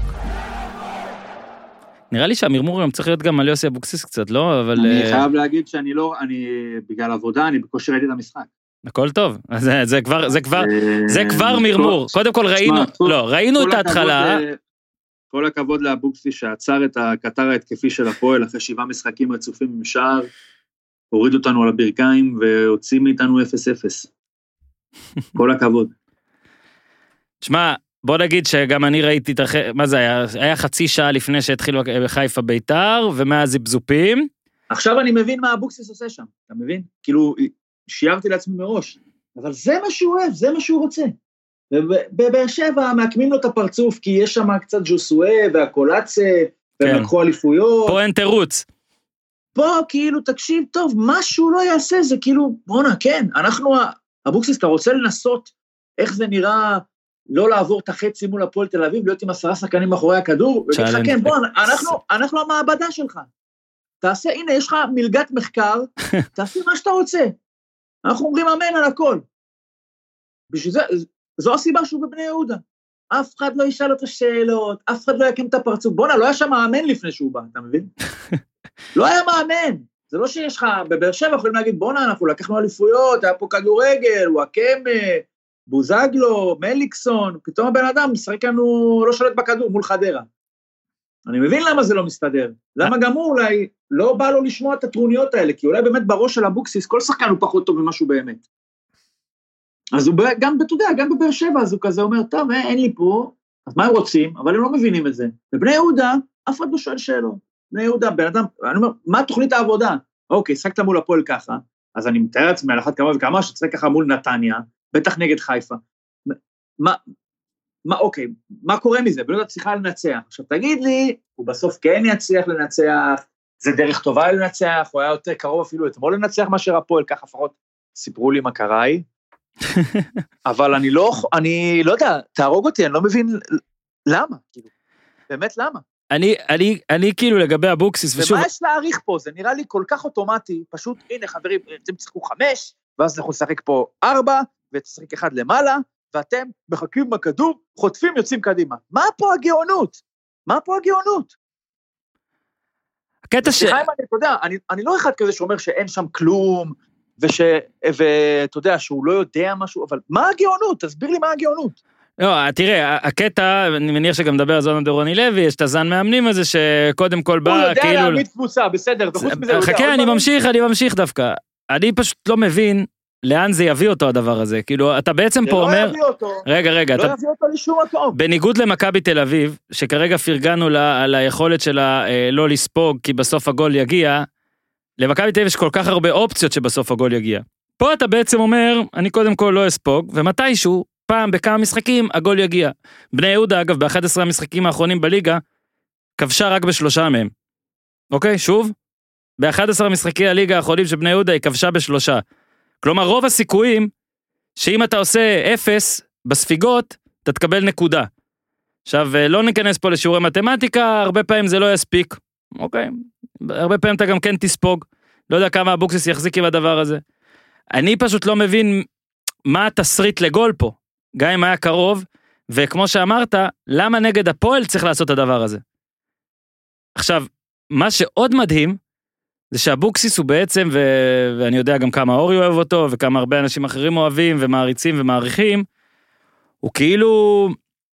נראה לי שהמרמור גם צריך להיות גם על יוסי אבוקסיס קצת, לא? אבל... אני חייב להגיד שאני לא, בגלל עבודה, אני בקושי ראיתי את המשחק. הכל טוב, זה כבר מרמור. קודם כל ראינו את ההתחלה. כל הכבוד לאבוקסיס שעצר את הקטר ההתקפי של הפועל, אחרי 7 משחקים רצופים עם שער, הוריד אותנו על הברכיים, והוציא מאיתנו 0-0. כל הכבוד. שמע, בוא נגיד שגם אני ראיתי, מה זה היה? היה חצי שעה לפני שהתחילו בחיפה ביתר, ומאז זיפזופים. עכשיו אני מבין מה אבוקסיס עושה שם, אתה מבין? כאילו, שיירתי לעצמי מראש, אבל זה מה שהוא אוהב, זה מה שהוא רוצה. ובבאר שבע מעקמים לו את הפרצוף, כי יש שם קצת ג'וסואה והקולצה, והם לקחו אליפויות. פה אין תירוץ. פה כאילו, תקשיב טוב, מה שהוא לא יעשה, זה כאילו, בונה, כן, אנחנו, אבוקסיס, אתה רוצה לנסות איך זה נראה, לא לעבור את החצי מול הפועל תל אביב, להיות עם 10 שחקנים מאחורי הכדור, ולהגיד לך, כן, בוא, אנחנו המעבדה שלך. תעשה, הנה, יש לך מלגת מחקר, תעשה מה שאתה רוצה. אנחנו אומרים אמן על הכל. בשביל זה, זו הסיבה שהוא בבני יהודה. אף אחד לא ישאל אותו שאלות, אף אחד לא יקם את הפרצוף. בונה, לא היה שם מאמן לפני שהוא בא, אתה מבין? לא היה מאמן. זה לא שיש לך, בבאר שבע יכולים להגיד, בונה, אנחנו לקחנו אליפויות, היה פה כדורגל, וואקמה, בוזגלו, מליקסון, פתאום הבן אדם משחק לנו, לא שולט בכדור מול חדרה. אני מבין למה זה לא מסתדר. למה גם הוא אולי לא בא לו לשמוע את הטרוניות האלה, כי אולי באמת בראש של אבוקסיס, כל שחקן הוא פחות טוב ממשהו באמת. אז הוא גם, אתה יודע, גם בבאר שבע, אז הוא כזה אומר, טוב, אין לי פה, אז מה הם רוצים? אבל הם לא מבינים את זה. בבני יהודה, אף אחד לא שואל שאלות. בני יהודה, בן אדם, אני אומר, מה תוכנית העבודה? אוקיי, שחקת מול הפועל ככה, אז אני מתאר לעצמי על אחת כמה וכמה, שצריך ככה מול נתניה, בטח נגד חיפה. אוקיי, מה קורה מזה? בלא צריכה לנצח. עכשיו תגיד לי, הוא בסוף כן יצליח לנצח, זה דרך טובה לנצח, הוא היה יותר קרוב אפילו אתמול לנצח מאשר הפועל, כך לפחות סיפרו לי מה קרה היא. אבל אני לא יודע, תהרוג אותי, אני לא מבין למה, כאילו, באמת למה? אני כאילו לגבי אבוקסיס, ושוב... ומה יש להעריך פה? זה נראה לי כל כך אוטומטי, פשוט, הנה חברים, אתם צריכו 5, ואז אנחנו נשחק פה 4, ותשחק 1 למעלה, ואתם מחכים בכדור, חוטפים, יוצאים קדימה. מה פה הגאונות? מה פה הגאונות? הקטע אתה יודע, אני לא אחד כזה שאומר שאין שם כלום, ואתה יודע, שהוא לא יודע משהו, אבל מה הגאונות? תסביר לי מה הגאונות. לא, תראה, הקטע, אני מניח שגם מדבר על זון דורוני לוי, יש את הזן מאמנים הזה, שקודם כל בא, הוא יודע להעמיד קבוצה, בסדר, וחוץ מזה הוא יודע. חכה, אני ממשיך דווקא. אני פשוט לא מבין, לאן זה יביא אותו הדבר הזה, כאילו, אתה בעצם פה אומר... זה לא יביא אותו. רגע, לא יביא אותו לשום מקום. בניגוד למכבי תל אביב, שכרגע פרגנו על היכולת שלה לא לספוג, כי בסוף הגול יגיע, למכבי תל אביב יש כל כך הרבה אופציות שבסוף הגול יגיע. פה אתה בעצם אומר, אני קודם כל לא אספוג, ומתישהו, פעם בכמה משחקים, הגול יגיע. בני יהודה, אגב, ב-11 המשחקים האחרונים בליגה, כבשה רק ב3 מהם. אוקיי, שוב? ב-11 משחקי הליגה האחרונים של בני יהודה, היא כבשה ב3. כלומר, רוב הסיכויים, שאם אתה עושה 0 בספיגות, אתה תקבל נקודה. עכשיו, לא ניכנס פה לשיעורי מתמטיקה, הרבה פעמים זה לא יספיק. אוקיי? הרבה פעמים אתה גם כן תספוג. לא יודע כמה אבוקסיס יחזיק עם הדבר הזה. אני פשוט לא מבין מה התסריט לגול פה. גם אם היה קרוב, וכמו שאמרת, למה נגד הפועל צריך לעשות את הדבר הזה? עכשיו, מה שעוד מדהים, זה שאבוקסיס הוא בעצם, ואני יודע גם כמה אורי אוהב אותו, וכמה הרבה אנשים אחרים אוהבים, ומעריצים ומעריכים, הוא כאילו,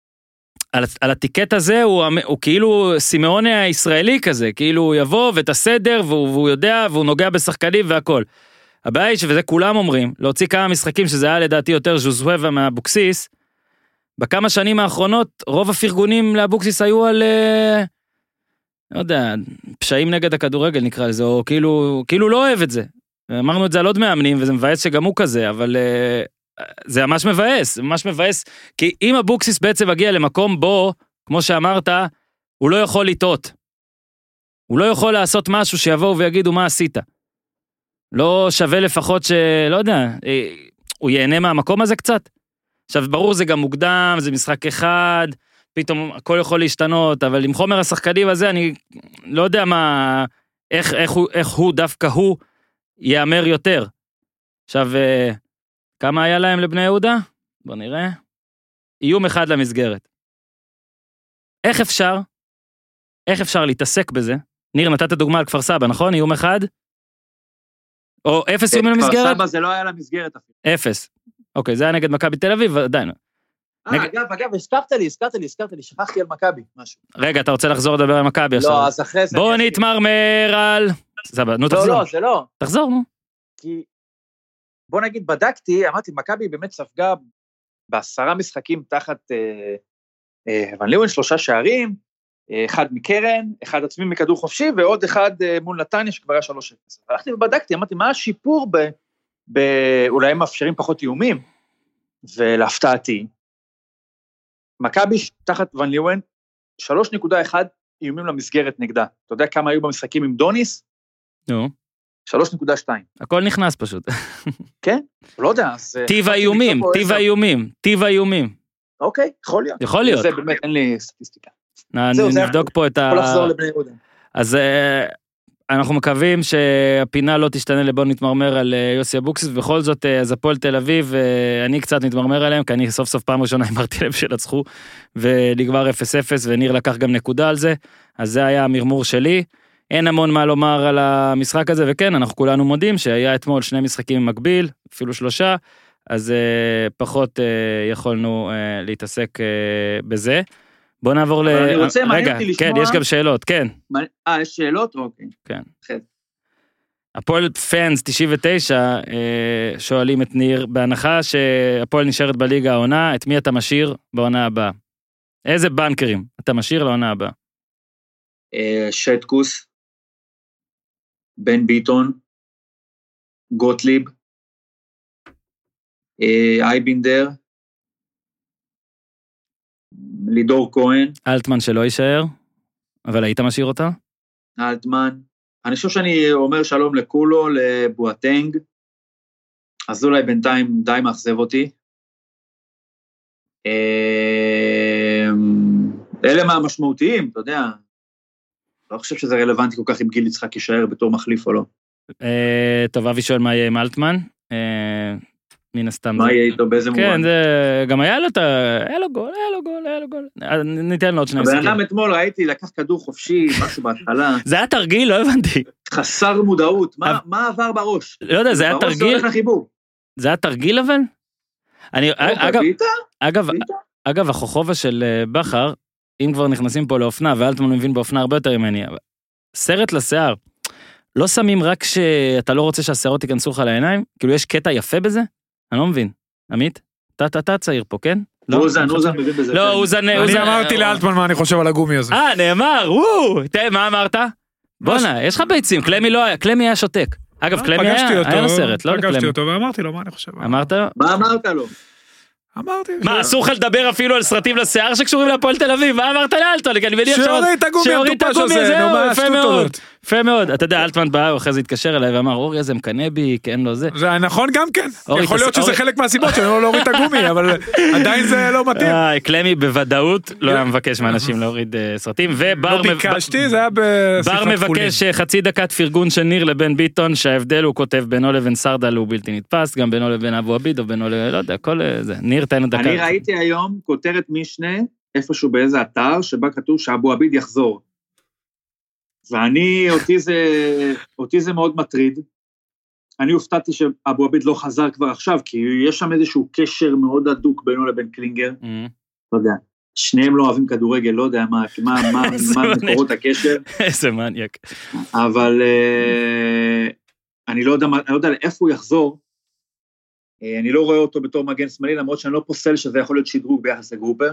על הטיקט הזה, הוא כאילו סימאוני הישראלי כזה, כאילו הוא יבוא ואת הסדר, והוא יודע, והוא נוגע בשחקנים והכל. הבעיה היא וזה כולם אומרים, להוציא כמה משחקים שזה היה לדעתי יותר ז'וזווה מהאבוקסיס, בכמה שנים האחרונות, רוב הפרגונים לאבוקסיס היו על, לא יודע, פשעים נגד הכדורגל נקרא לזה, או כאילו לא אוהב את זה. אמרנו את זה על עוד מאמנים, וזה מבאס שגם הוא כזה, אבל זה ממש מבאס, כי אם אבוקסיס בעצם מגיע למקום בו, כמו שאמרת, הוא לא יכול לטעות. הוא לא יכול לעשות משהו שיבואו ויגידו מה עשית. לא שווה לפחות שלא יודע, הוא ייהנה מהמקום הזה קצת. עכשיו ברור זה גם מוקדם, זה משחק אחד, פתאום הכל יכול להשתנות, אבל עם חומר השחקנים הזה אני לא יודע מה, איך הוא דווקא הוא יאמר יותר. עכשיו, כמה היה להם לבני יהודה? בוא נראה. איום אחד למסגרת. איך אפשר להתעסק בזה? ניר, נתת דוגמה על כפר סבא, נכון? איום אחד? או 0 איומים למסגרת? כפר סבא זה לא היה למסגרת אפילו. 0. אוקיי, זה היה נגד מכבי תל אביב, עדיין. אגב, הזכרת לי, שכחתי על מכבי, משהו. רגע, אתה רוצה לחזור לדבר על מכבי עכשיו? לא, אז אחרי זה... בוא נתמרמר על... סבבה, נו תחזור. לא, זה לא. תחזור, נו. כי, בוא נגיד, בדקתי, אמרתי, מכבי באמת ספגה ב10 משחקים תחת ון ליוון 3 שערים, 1 מקרן, 1 עצמי מכדור חופשי, ועוד 1 מול נתניה שכבר היה 3-0. הלכתי ובדקתי, אמרתי, מה השיפור אולי הם מאפשרים פחות איומים, ולהפתעתי, מכבי תחת ון ליוון, 3.1 איומים למסגרת נגדה. אתה יודע כמה היו במשחקים עם דוניס? נו. 3.2. הכל נכנס פשוט. כן? לא יודע. טיב האיומים. אוקיי, יכול להיות. זה באמת, אין לי סטטיסטיקה. נבדוק פה את ה... יכול לחזור לבני יהודה. אז אנחנו מקווים שהפינה לא תשתנה לבוא נתמרמר על יוסי אבוקסיס, ובכל זאת, אז הפועל תל אביב, אני קצת נתמרמר עליהם, כי אני סוף סוף פעם ראשונה אמרתי להם שלצחו, ולגבר 0-0, וניר לקח גם נקודה על זה, אז זה היה המרמור שלי, אין המון מה לומר על המשחק הזה, וכן, אנחנו כולנו מודים שהיה אתמול 2 משחקים במקביל, אפילו 3, אז פחות יכולנו להתעסק בזה. בוא נעבור ל... אני רוצה, מעניין אותי לשמוע... כן, יש גם שאלות, כן. יש שאלות? אוקיי. כן. הפועל פאנס 99 שואלים את ניר, בהנחה שהפועל נשארת בליגה העונה, את מי אתה משאיר בעונה הבאה? איזה בנקרים אתה משאיר לעונה הבאה? שטקוס, בן ביטון, גוטליב, אייבינדר, לידור כהן. אלטמן שלא יישאר, אבל היית משאיר אותה? אלטמן. אני חושב שאני אומר שלום לכולו, לבואטנג, אז אולי בינתיים די מאכזב אותי. אלה מה המשמעותיים, אתה יודע. לא חושב שזה רלוונטי כל כך אם גיל יצחק יישאר בתור מחליף או לא. טוב, אבי שואל מה יהיה עם אלטמן. מן הסתם. מה יהיה איתו, באיזה מובן? כן, זה גם היה לו גול. ניתן לו עוד 2 משחקים. הבן אדם אתמול ראיתי, לקח כדור חופשי, משהו בהתחלה. זה היה תרגיל, לא הבנתי. חסר מודעות, מה עבר בראש? לא יודע, זה היה תרגיל. בראש זה הולך לחיבור. זה היה תרגיל אבל? אגב, החוכובה של בכר, אם כבר נכנסים פה לאופנה, ואלטמן מבין באופנה הרבה יותר ממני, סרט לשיער, לא שמים רק שאתה לא רוצה שהשערות ייכנסו לך לעיניים? כאילו יש קטע יפה בזה? אני לא מבין. עמית? אתה צעיר פה, כן? אוזן מבין בזה. לא, אוזן. אני אמרתי לאלטמן מה אני חושב על הגומי הזה. נאמר, תראה, מה אמרת? בוא'נה, יש לך ביצים, קלמי היה שותק. אגב, קלמי היה לו סרט, לא לקלמי. פגשתי אותו ואמרתי לו מה אני חושב. אמרת? מה אמרת לו? אמרתי. מה, אסור לך לדבר אפילו על סרטים לשיער שקשורים להפועל תל אביב? מה אמרת לאלטמן? שיוריד את הגומי המטופש הזה, נו מה, יפה מאוד. יפה מאוד. אתה יודע, אלטמן בא, אחרי זה התקשר אליי ואמר, אורי, איזה מקנה בי, כי אין לו זה. זה נכון גם כן. יכול להיות שזה חלק מהסיבות שאני לא להוריד את הגומי, אבל עדיין זה לא מתאים. קלמי בוודאות לא היה מבקש מאנשים להוריד סרטים, לא ביקשתי, זה היה בשיחת בר מבקש חצי דקת פרגון של ניר לבן ביטון, שההבדל הוא כותב בינו לבין סרדל הוא בלתי נתפס, גם בינו לבין אבו עביד, או בינו לא יודע, כל זה. ניר, תן דקה. אני ראיתי היום כותרת משנה, איפשהו באיזה אתר, שבה כתוב שאבו עביד יחזור. ואני, אותי זה מאוד מטריד. אני הופתעתי שאבו עביד לא חזר כבר עכשיו, כי יש שם איזשהו קשר מאוד הדוק בינו לבין קלינגר. לא יודע, שניהם לא אוהבים כדורגל, לא יודע מה מקורות הקשר. איזה מניאק. אבל אני לא יודע איפה הוא יחזור. אני לא רואה אותו בתור מגן שמאלי, למרות שאני לא פוסל שזה יכול להיות שדרוג ביחס לגרופר.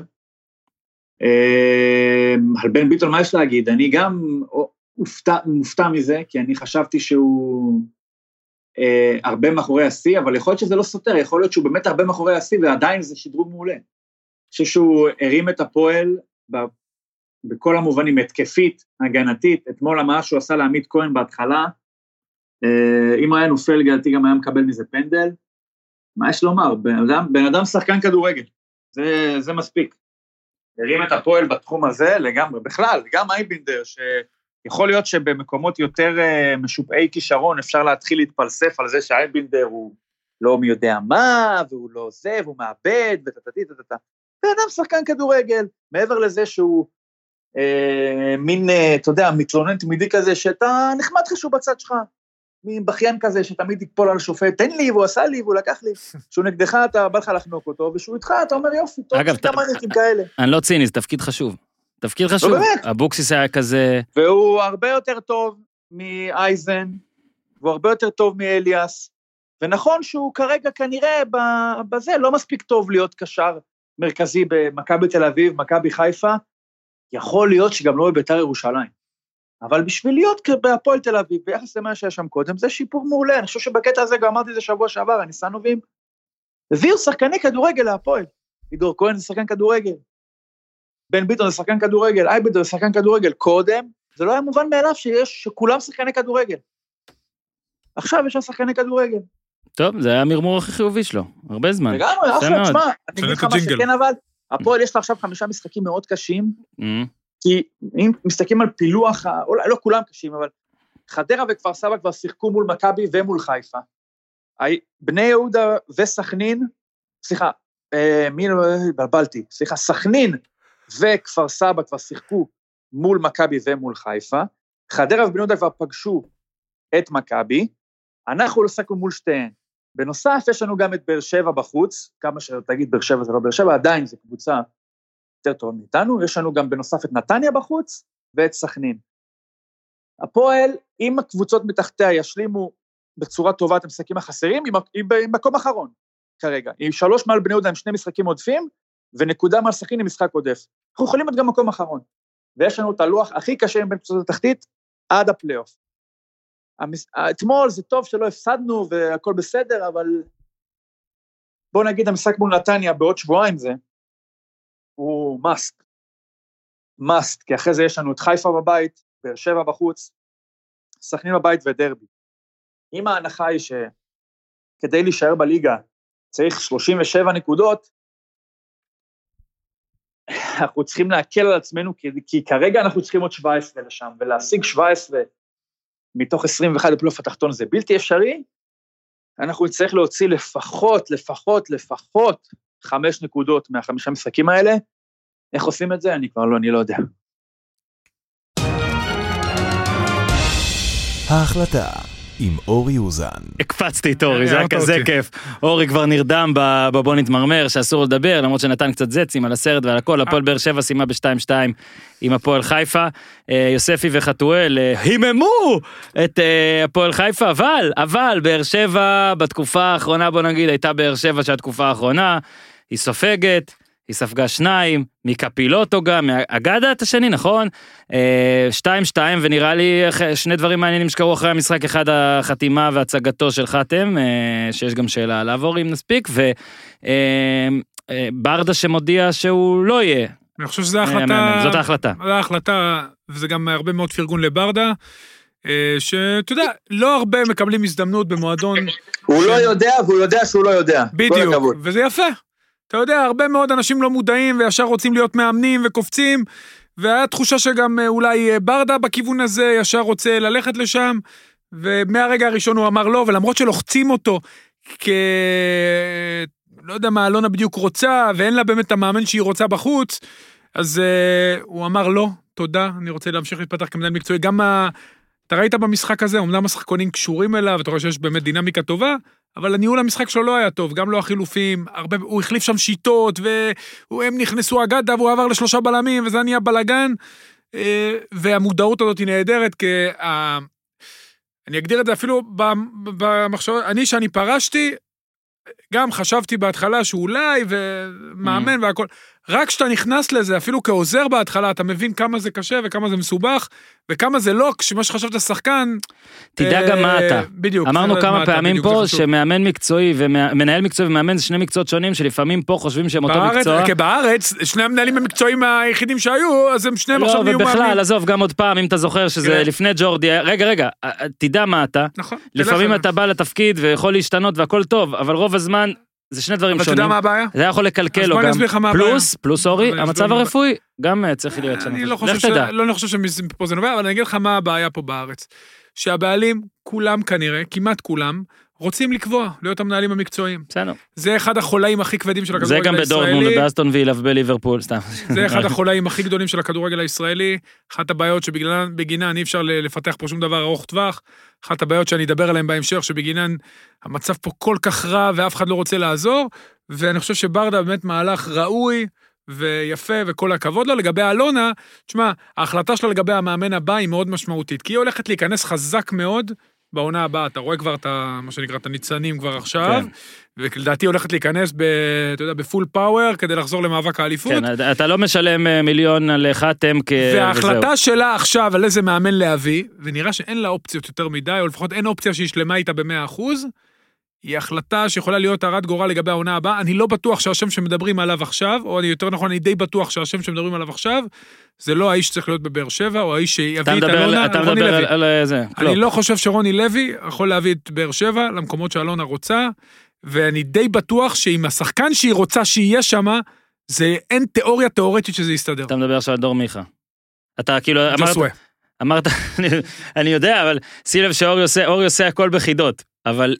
על בן ביטון, מה יש להגיד? אני גם מופתע מזה, כי אני חשבתי שהוא הרבה מאחורי השיא, אבל יכול להיות שזה לא סותר, יכול להיות שהוא באמת הרבה מאחורי השיא, ועדיין זה שדרוג מעולה. אני חושב שהוא הרים את הפועל, בכל המובנים, התקפית, הגנתית, אתמול מה שהוא עשה לעמית כהן בהתחלה, אם היה נופל גדלתי גם היה מקבל מזה פנדל, מה יש לומר? בן אדם שחקן כדורגל, זה מספיק. הרים את הפועל בתחום הזה לגמרי, בכלל, גם אייבינדר, שיכול להיות שבמקומות יותר משופעי כישרון, אפשר להתחיל להתפלסף על זה שאייבינדר הוא לא מי יודע מה, והוא לא זה, והוא מאבד, ותתתתתתת. בן אדם שחקן כדורגל, מעבר לזה שהוא מין, אתה יודע, מתלונן תמידי כזה, שאתה נחמד חשוב בצד שלך, מין בכיין כזה שתמיד יקפול על שופט, תן לי, והוא עשה לי, והוא לקח לי, שהוא נגדך, אתה בא לך לחנוק אותו, ושהוא איתך, אתה אומר יופי, טוב, שכמה נקים כאלה. אני לא ציני, זה תפקיד חשוב. תפקיד חשוב. הבוקסיס היה כזה... והוא הרבה יותר טוב מאייזן, והוא הרבה יותר טוב מאליאס, ונכון שהוא כרגע כנראה בזה, לא מספיק טוב להיות קשר מרכזי במכבי תל אביב, מכבי חיפה, יכול להיות שגם לא בבית"ר ירושלים. אבל בשביל להיות בהפועל תל אביב, ביחס למה שהיה שם קודם, זה שיפור מעולה. אני חושב שבקטע הזה, גם אמרתי זה שבוע שעבר, הניסנובים, הביאו שחקני כדורגל להפועל. עידור כהן זה שחקן כדורגל. בן ביטון זה שחקן כדורגל, אייבינדר זה שחקן כדורגל. קודם, זה לא היה מובן מאליו שכולם שחקני כדורגל. עכשיו יש שם שחקני כדורגל. טוב, זה היה המרמור הכי חיובי שלו, הרבה זמן. לגמרי, אחלה, תשמע, אני אגיד לך מה שכן אבל, הפועל יש לה עכשיו 5 משחקים מאוד קשים, כי אם מסתכלים על פילוח, לא כולם קשים, אבל חדרה וכפר סבא כבר שיחקו מול מכבי ומול חיפה. בני יהודה וסכנין, סליחה, סכנין וכפר סבא כבר שיחקו מול מכבי ומול חיפה, חדרה ובני יהודה כבר פגשו את מכבי, אנחנו לא שיחקנו מול שתיהן. בנוסף, יש לנו גם את באר שבע בחוץ, כמה שתגיד באר שבע זה לא באר שבע, עדיין זו קבוצה יותר טוב מאיתנו, יש לנו גם בנוסף את נתניה בחוץ, ואת סכנין. הפועל, אם הקבוצות מתחתיה ישלימו בצורה טובה את המשחקים החסרים, היא במקום אחרון כרגע. היא 3 מעל בני יהודה עם 2 משחקים עודפים, ונקודה מעל סכנין עם משחק עודף. אנחנו יכולים להיות גם מקום אחרון. ויש לנו את הלוח הכי קשה בין קבוצות התחתית, עד הפלייאוף. אתמול זה טוב שלא הפסדנו והכל בסדר, אבל בוא נגיד המשחק מול נתניה בעוד שבועיים זה, הוא must, כי אחרי זה יש לנו את חיפה בבית, באר שבע בחוץ, סכנין בבית ודרבי. אם ההנחה היא שכדי להישאר בליגה צריך 37 נקודות, אנחנו צריכים להקל על עצמנו, כי כרגע אנחנו צריכים עוד 17 לשם, ולהשיג 17 מתוך 21 בפלייאוף התחתון זה בלתי אפשרי, אנחנו נצטרך להוציא לפחות 5 נקודות מה5 משחקים האלה. איך עושים את זה? אני לא יודע. ההחלטה עם אורי אוזן. הקפצתי את אורי, זה היה כזה כיף. אורי כבר נרדם בבוא נתמרמר, שאסור לדבר, למרות שנתן קצת זצים על הסרט ועל הכל. הפועל באר שבע סיימה ב-2-2 עם הפועל חיפה. יוספי וחתואל היממו את הפועל חיפה, אבל באר שבע בתקופה האחרונה, בוא נגיד, הייתה באר שבע שהתקופה האחרונה, היא סופגת, היא ספגה 2, מקפילוטו גם, אגדה את השני, נכון? 2-2, ונראה לי שני דברים מעניינים שקרו אחרי המשחק, אחד החתימה והצגתו של חתם, שיש גם שאלה עליו, אורי, אם נספיק, וברדה שמודיע שהוא לא יהיה. אני חושב שזו ההחלטה. זאת ההחלטה. זו ההחלטה, וזה גם הרבה מאוד פרגון לברדה, שאתה יודע, לא הרבה מקבלים הזדמנות במועדון. הוא לא יודע, והוא יודע שהוא לא יודע. בדיוק, וזה יפה. אתה יודע, הרבה מאוד אנשים לא מודעים, וישר רוצים להיות מאמנים וקופצים, והיה תחושה שגם אולי ברדה בכיוון הזה, ישר רוצה ללכת לשם, ומהרגע הראשון הוא אמר לא, ולמרות שלוחצים אותו, לא יודע מה אלונה בדיוק רוצה, ואין לה באמת המאמן שהיא רוצה בחוץ, אז הוא אמר לא, תודה, אני רוצה להמשיך להתפתח כמנהל מקצועי, גם אתה ראית במשחק הזה, אומנם השחקנים קשורים אליו, ואתה רואה שיש באמת דינמיקה טובה, אבל הניהול המשחק שלו לא היה טוב, גם לא החילופים, הוא החליף שם שיטות, והם נכנסו אגדה, והוא עבר ל3 בלמים, וזה נהיה בלגן, והמודעות הזאת היא נהדרת, כי אני אגדיר את זה אפילו במחשבות, שאני פרשתי, גם חשבתי בהתחלה שאולי, ומאמן והכל, רק כשאתה נכנס לזה, אפילו כעוזר בהתחלה, אתה מבין כמה זה קשה וכמה זה מסובך, וכמה זה לא, כשמה שחשבת לשחקן, תדע גם מה אתה. בדיוק. אמרנו כמה פעמים פה, שמאמן מקצועי ומנהל מקצועי ומאמן זה שני מקצועות שונים, שלפעמים פה חושבים שהם אותו מקצוע. כי בארץ, שני המנהלים המקצועיים היחידים שהיו, אז הם שניהם עכשיו נהיו מאמנים. ובכלל, עזוב, גם עוד פעם, אם אתה זוכר שזה לפני ג'ורדי, רגע, תדע מה אתה. לפעמים אתה בא לתפקיד ויכול להשתנות והכל טוב, אבל רוב הזמן זה שני דברים שונים. אבל אתה יודע מה הבעיה? זה יכול לקלקל לו גם. פלוס אורי, המצב הרפואי, גם צריך להיות שם. אני לא חושב שמפה זה נובע, אבל אני אגיד לך מה הבעיה פה בארץ. שהבעלים, כולם כנראה, כמעט כולם, רוצים לקבוע, להיות המנהלים המקצועיים. בסדר. זה אחד החולאים הכי כבדים של הכדורגל הישראלי. זה גם בדורטמונד, באסטון וילה ובליברפול, סתם. זה אחד החולאים הכי גדולים של הכדורגל הישראלי, אחת הבעיות שבגינן אי אפשר לפתח פה שום דבר ארוך טווח, אחת הבעיות שאני אדבר עליהן בהמשך, שבגינן המצב פה כל כך רע ואף אחד לא רוצה לעזור, ואני חושב שברדה באמת מהלך ראוי ויפה וכל הכבוד לו. לגבי אלונה, תשמע, ההחלטה שלה לגבי המאמן הבא היא מאוד משמעותית, כי היא הולכת להיכנס חזק מאוד בעונה הבאה, אתה רואה כבר מה שנקרא את הניצנים כבר עכשיו, ולדעתי הולכת להיכנס אתה יודע, בפול פאוור, כדי לחזור למאבק האליפות. כן, אתה לא משלם מיליון על חתם וההחלטה שלה עכשיו על איזה מאמן להביא, ונראה שאין לה אופציות יותר מדי, או לפחות אין אופציה שהיא שלמה איתה ב100%, היא החלטה שיכולה להיות הרת גורל לגבי העונה הבאה. אני לא בטוח שהשם שמדברים עליו עכשיו, או יותר נכון, אני די בטוח שהשם שמדברים עליו עכשיו, זה לא האיש שצריך להיות בבאר שבע, או האיש שיביא את אלונה, רוני לוי. אני לא חושב שרוני לוי יכול להביא את באר שבע למקומות שאלונה רוצה, ואני די בטוח שעם השחקן שהיא רוצה שיהיה שם, זה אין תיאוריה תיאורטית שזה יסתדר. אתה מדבר עכשיו על דור מיכה. אתה כאילו אמרת, אני יודע, אבל שים לב שאורי עושה הכל בחידות. אבל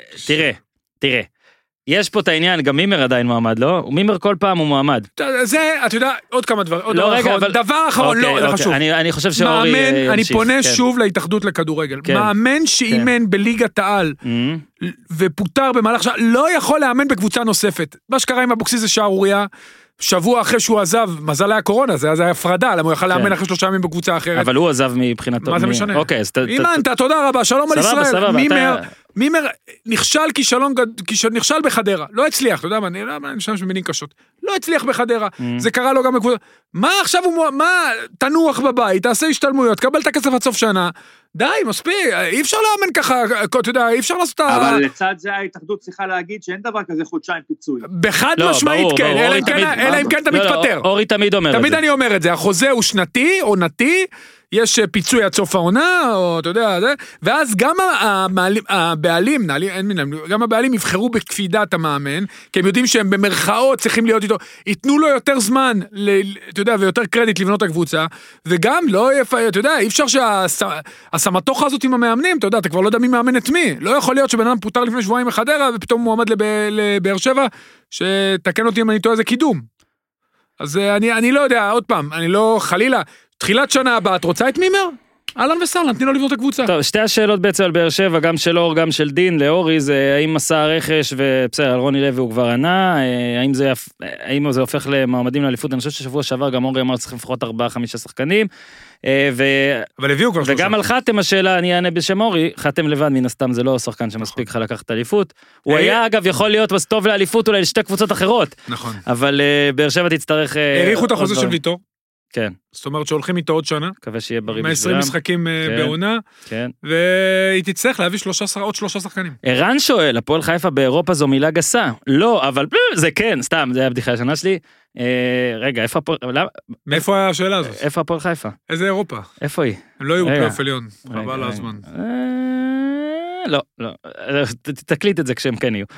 תראה, יש פה את העניין, גם מימר עדיין מועמד, לא? מימר כל פעם הוא מועמד. זה, אתה יודע, עוד כמה דברים. דבר אחרון, לא, זה חשוב. אני חושב שאורי ימשיך. אני פונה שוב להתאחדות לכדורגל. מאמן שאימן בליגת העל, ופוטר במהלך שעה, לא יכול לאמן בקבוצה נוספת. מה שקרה עם אבוקסיס זה שערוריה, שבוע אחרי שהוא עזב, מזל היה קורונה, זה היה הפרדה, למה הוא יכל לאמן אחרי 3 ימים בקבוצה אחרת. אבל הוא עזב מבחינתו. מה זה משנה? אוקיי, אימנת, תודה רבה, שלום על ישראל. מימר נכשל נכשל בחדרה, לא הצליח, אתה יודע מה, אני חושב שמינים קשות, לא הצליח בחדרה, זה קרה לו גם בקבוצה. מה עכשיו תנוח בבית, תעשה השתלמויות, קבל את הכסף עד סוף שנה, די, מספיק, אי אפשר לאמן ככה, אתה יודע, אי אפשר לעשות אבל לצד זה ההתאחדות צריכה להגיד שאין דבר כזה חודשיים פיצוי. בחד משמעית כן, אלא אם כן אתה מתפטר. אורי תמיד אומר את זה. תמיד אני אומר את זה, החוזה הוא שנתי או נתי, יש פיצוי עד סוף העונה, או אתה יודע, ואז גם הבעלים, גם הבעלים יבחרו בקפידת המאמן, כי הם יודעים שהם במרכאות צריכים להיות איתו, ייתנו לו יותר זמן, אתה יודע, ויותר קרדיט לבנות הקבוצה, וגם לא יפה, אתה יודע, אי אפשר שהסמטוחה הזאת עם המאמנים, אתה יודע, אתה כבר לא יודע מי מאמן את מי, לא יכול להיות שבן אדם פוטר לפני שבועיים מחדרה, ופתאום מועמד לבאר שבע, שתקן אותי אם אני טועה, זה קידום. אז אני לא יודע, עוד פעם, אני לא חלילה, תחילת שנה הבאה, את רוצה את מימר? אהלן וסהלן, תני לו לבנות את הקבוצה. טוב, שתי השאלות בעצם על באר שבע, גם של אור, גם של דין, לאורי, זה האם מסע הרכש, ובסדר, על רוני לוי הוא כבר ענה, האם זה הופך למעמדים לאליפות, אני חושב ששבוע שעבר גם אורי אמר צריכים לפחות 4-5 שחקנים, אבל הביאו כבר 3. וגם על חתם השאלה, אני אענה בשם אורי, חתם לבד, מן הסתם זה לא שחקן שמספיק לך לקחת אליפות, הוא היה אגב יכול להיות טוב לאליפות אולי לשתי קבוצות אחרות, נכון. אבל באר שבע תצטרך... העריכו את החוזה של ויטור. כן. זאת אומרת שהולכים איתו עוד שנה. מקווה שיהיה בריא בשבילם. 120 משחקים בעונה. כן. והיא תצטרך להביא עוד 3 שחקנים. ערן שואל, הפועל חיפה באירופה זו מילה גסה. לא, אבל זה כן, סתם, זה היה הבדיחה השנה שלי. רגע, איפה הפועל... מאיפה השאלה הזאת? איפה הפועל חיפה? איזה אירופה? איפה היא? הם לא יהיו בפלייאוף עליון. חבל הזמן. לא. תקליט את זה כשהם כן יהיו.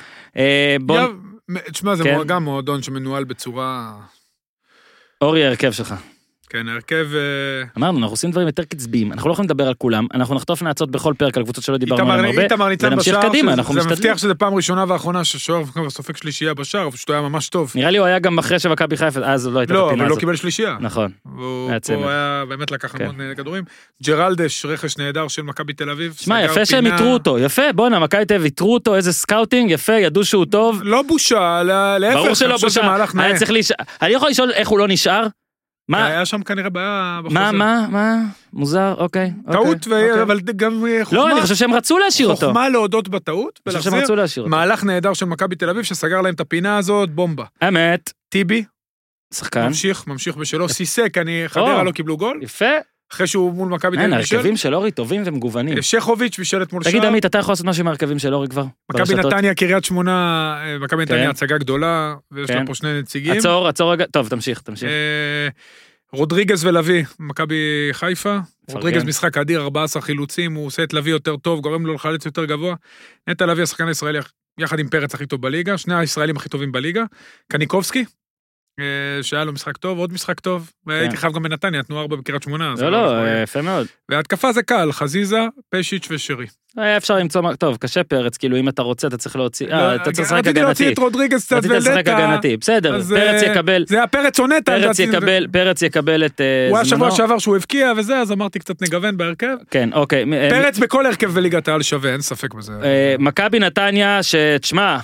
תשמע, זה גם מועדון שמנוהל בצורה... אורי, הרכב שלך. כן, הרכב... אמרנו, אנחנו עושים דברים יותר קצביים, אנחנו לא יכולים לדבר על כולם, אנחנו נחטוף נעצות בכל פרק על קבוצות שלא דיברנו עליהם הרבה, ונמשיך קדימה, אנחנו משתדלים. זה מבטיח שזה פעם ראשונה ואחרונה ששוער סופג שלישייה בשער, פשוט היה ממש טוב. נראה לי הוא היה גם אחרי שמכבי חיפה, אז לא הייתה בפינה הזאת. לא, אבל לא קיבל שלישייה. נכון. הוא היה באמת לקח המון כדורים. ג'רלדש, רכש נהדר של מכבי תל אביב. שמע, יפה שהם יתרו אותו, יפה, בוא'נה, מכבי תל אביב יתרו אותו, איזה סקאוטינג, יפה, ידעו שהוא טוב. לא בושה, להפך, ברור שלא בושה. אני יכול לשאול איך הוא לא נשאר? היה שם כנראה בעיה בחוזה. מה? מוזר, אוקיי. טעות, אבל גם חוכמה. לא, אני חושב שהם רצו להשאיר אותו. חוכמה להודות בטעות, ולהחזיר. מהלך נהדר של מכבי תל אביב, שסגר להם את הפינה הזאת, בומבה. אמת. טיבי. שחקן. ממשיך בשלו. סיסק, חדרה לא קיבלו גול. יפה. אחרי שהוא מול מכבי תל אביב. הרכבים של אורי טובים ומגוונים. שכוביץ' בשלט מול שער. תגיד עמית, אתה יכול לעשות משהו עם הרכבים של אורי כבר? מכבי נתניה, קריית שמונה, מכבי נתניה הצגה גדולה, ויש לו פה 2 נציגים. עצור רגע, טוב, תמשיך. רודריגז ולוי, מכבי חיפה, רודריגז משחק אדיר, 14 חילוצים, הוא עושה את לוי יותר טוב, גורם לו לחלץ יותר גבוה, נטע לוי השחקן הישראלי, יחד עם פרץ הכי טוב בליגה, 2 הישראלים הכי טובים בליגה, קניקובסקי, שהיה לו משחק טוב, עוד משחק טוב, והייתי חייב גם בנתניה, תנו 4 בקריית שמונה. לא, יפה מאוד. והתקפה זה קל, חזיזה, פשיץ' ושרי. היה אפשר למצוא, טוב, קשה פרץ, כאילו אם אתה רוצה, אתה צריך להוציא, אתה צריך לשחק הגנתי. רציתי להוציא את רודריגז קצת ולטה. בסדר, פרץ יקבל. זה הפרץ או נטע. פרץ יקבל את זמנו. הוא השבוע שעבר שהוא הבקיע וזה, אז אמרתי קצת נגוון בהרכב. כן, אוקיי. פרץ בכל הרכב בליגת העל שווה, אין ספק בזה. מכבי נתניה, שתשמע,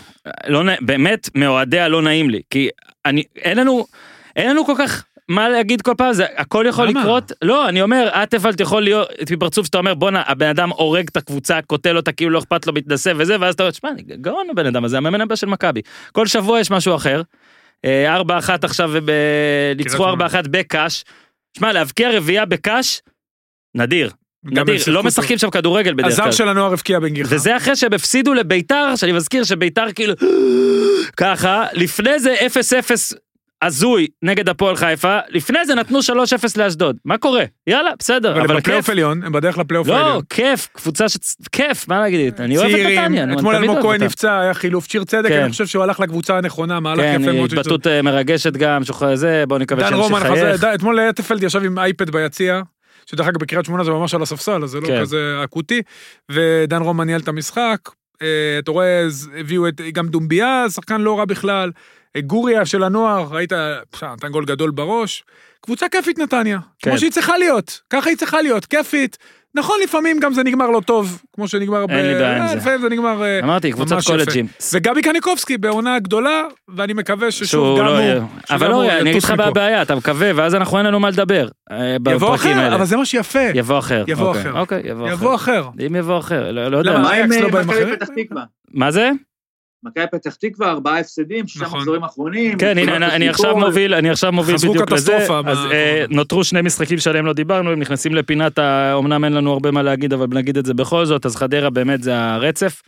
באמת מאוהדיה לא נעים לי, כי אין לנו כל כך מה להגיד כל פעם, זה הכל יכול לקרות, לא, אני אומר, אטפלד יכול להיות, בפרצוף שאתה אומר, בונה, הבן אדם הורג את הקבוצה, קוטל אותה, כאילו לא אכפת לו, מתנסה וזה, ואז אתה אומר, שמע, אני גאון הבן אדם הזה, המאמן הבא של מכבי, כל שבוע יש משהו אחר, 4-1 עכשיו, ניצחו 4-1 בקש, שמע, להבקיע רביעייה בקש, נדיר, לא משחקים שם כדורגל בדרך כלל. הזר של הנוער הבקיע בן גיחה. וזה אחרי שהם הפסידו לביתר, שאני מזכיר שביתר כאילו, ככה, לפני זה 0-0 הזוי נגד הפועל חיפה, לפני זה נתנו 3-0 לאשדוד. מה קורה? יאללה, בסדר. אבל בפלייאוף עליון, הם בדרך לפלייאוף עליון. לא, כיף, קבוצה כיף, מה להגיד? אני אוהב את נתניה. אתמול אלמוג כהן נפצע, היה חילוף שיר צדק, אני חושב שהוא הלך לקבוצה הנכונה, מהלך יפה מאוד. כן, התבטאות מרגשת גם, זה, בוא נקווה שימשיך חייך. אתמול אטפלד ישב עם אייפד ביציע, שדרך אגב בקריית שמונה זה ממש על הספסל, אז זה לא כזה אקוטי, ודן רומן ניהל את המשחק, אתה רואה, הביאו גם דומביה, שחקן לא רע בכלל, גוריה של הנוער, ראית, נתן גול גדול בראש, קבוצה כיפית נתניה, כמו שהיא צריכה להיות, ככה היא צריכה להיות, כיפית, נכון, לפעמים גם זה נגמר לא טוב, כמו שנגמר, אין לי בעיה עם זה. לפעמים זה נגמר אמרתי, קבוצת קולג'ים. וגבי קניקובסקי בעונה גדולה, ואני מקווה ששוב גם הוא. אבל לא, אני אגיד לך בעיה, אתה מקווה, ואז אנחנו אין לנו מה לדבר. יבוא אחר, אבל זה מה שיפה. יבוא אחר. אוקיי, יבוא אחר. אם יבוא אחר, לא יודע. מה עם מכבי פתח תקווה? מה זה? מכבי פתח תקווה, 4 הפסדים, 6 מחזורים אחרונים. כן, הנה, אני עכשיו מוביל בדיוק לזה. אז נותרו 2 משחקים שעליהם לא דיברנו, הם נכנסים לפינת, אמנם אין לנו הרבה מה להגיד, אבל נגיד את זה בכל זאת, אז חדרה באמת זה הרצף.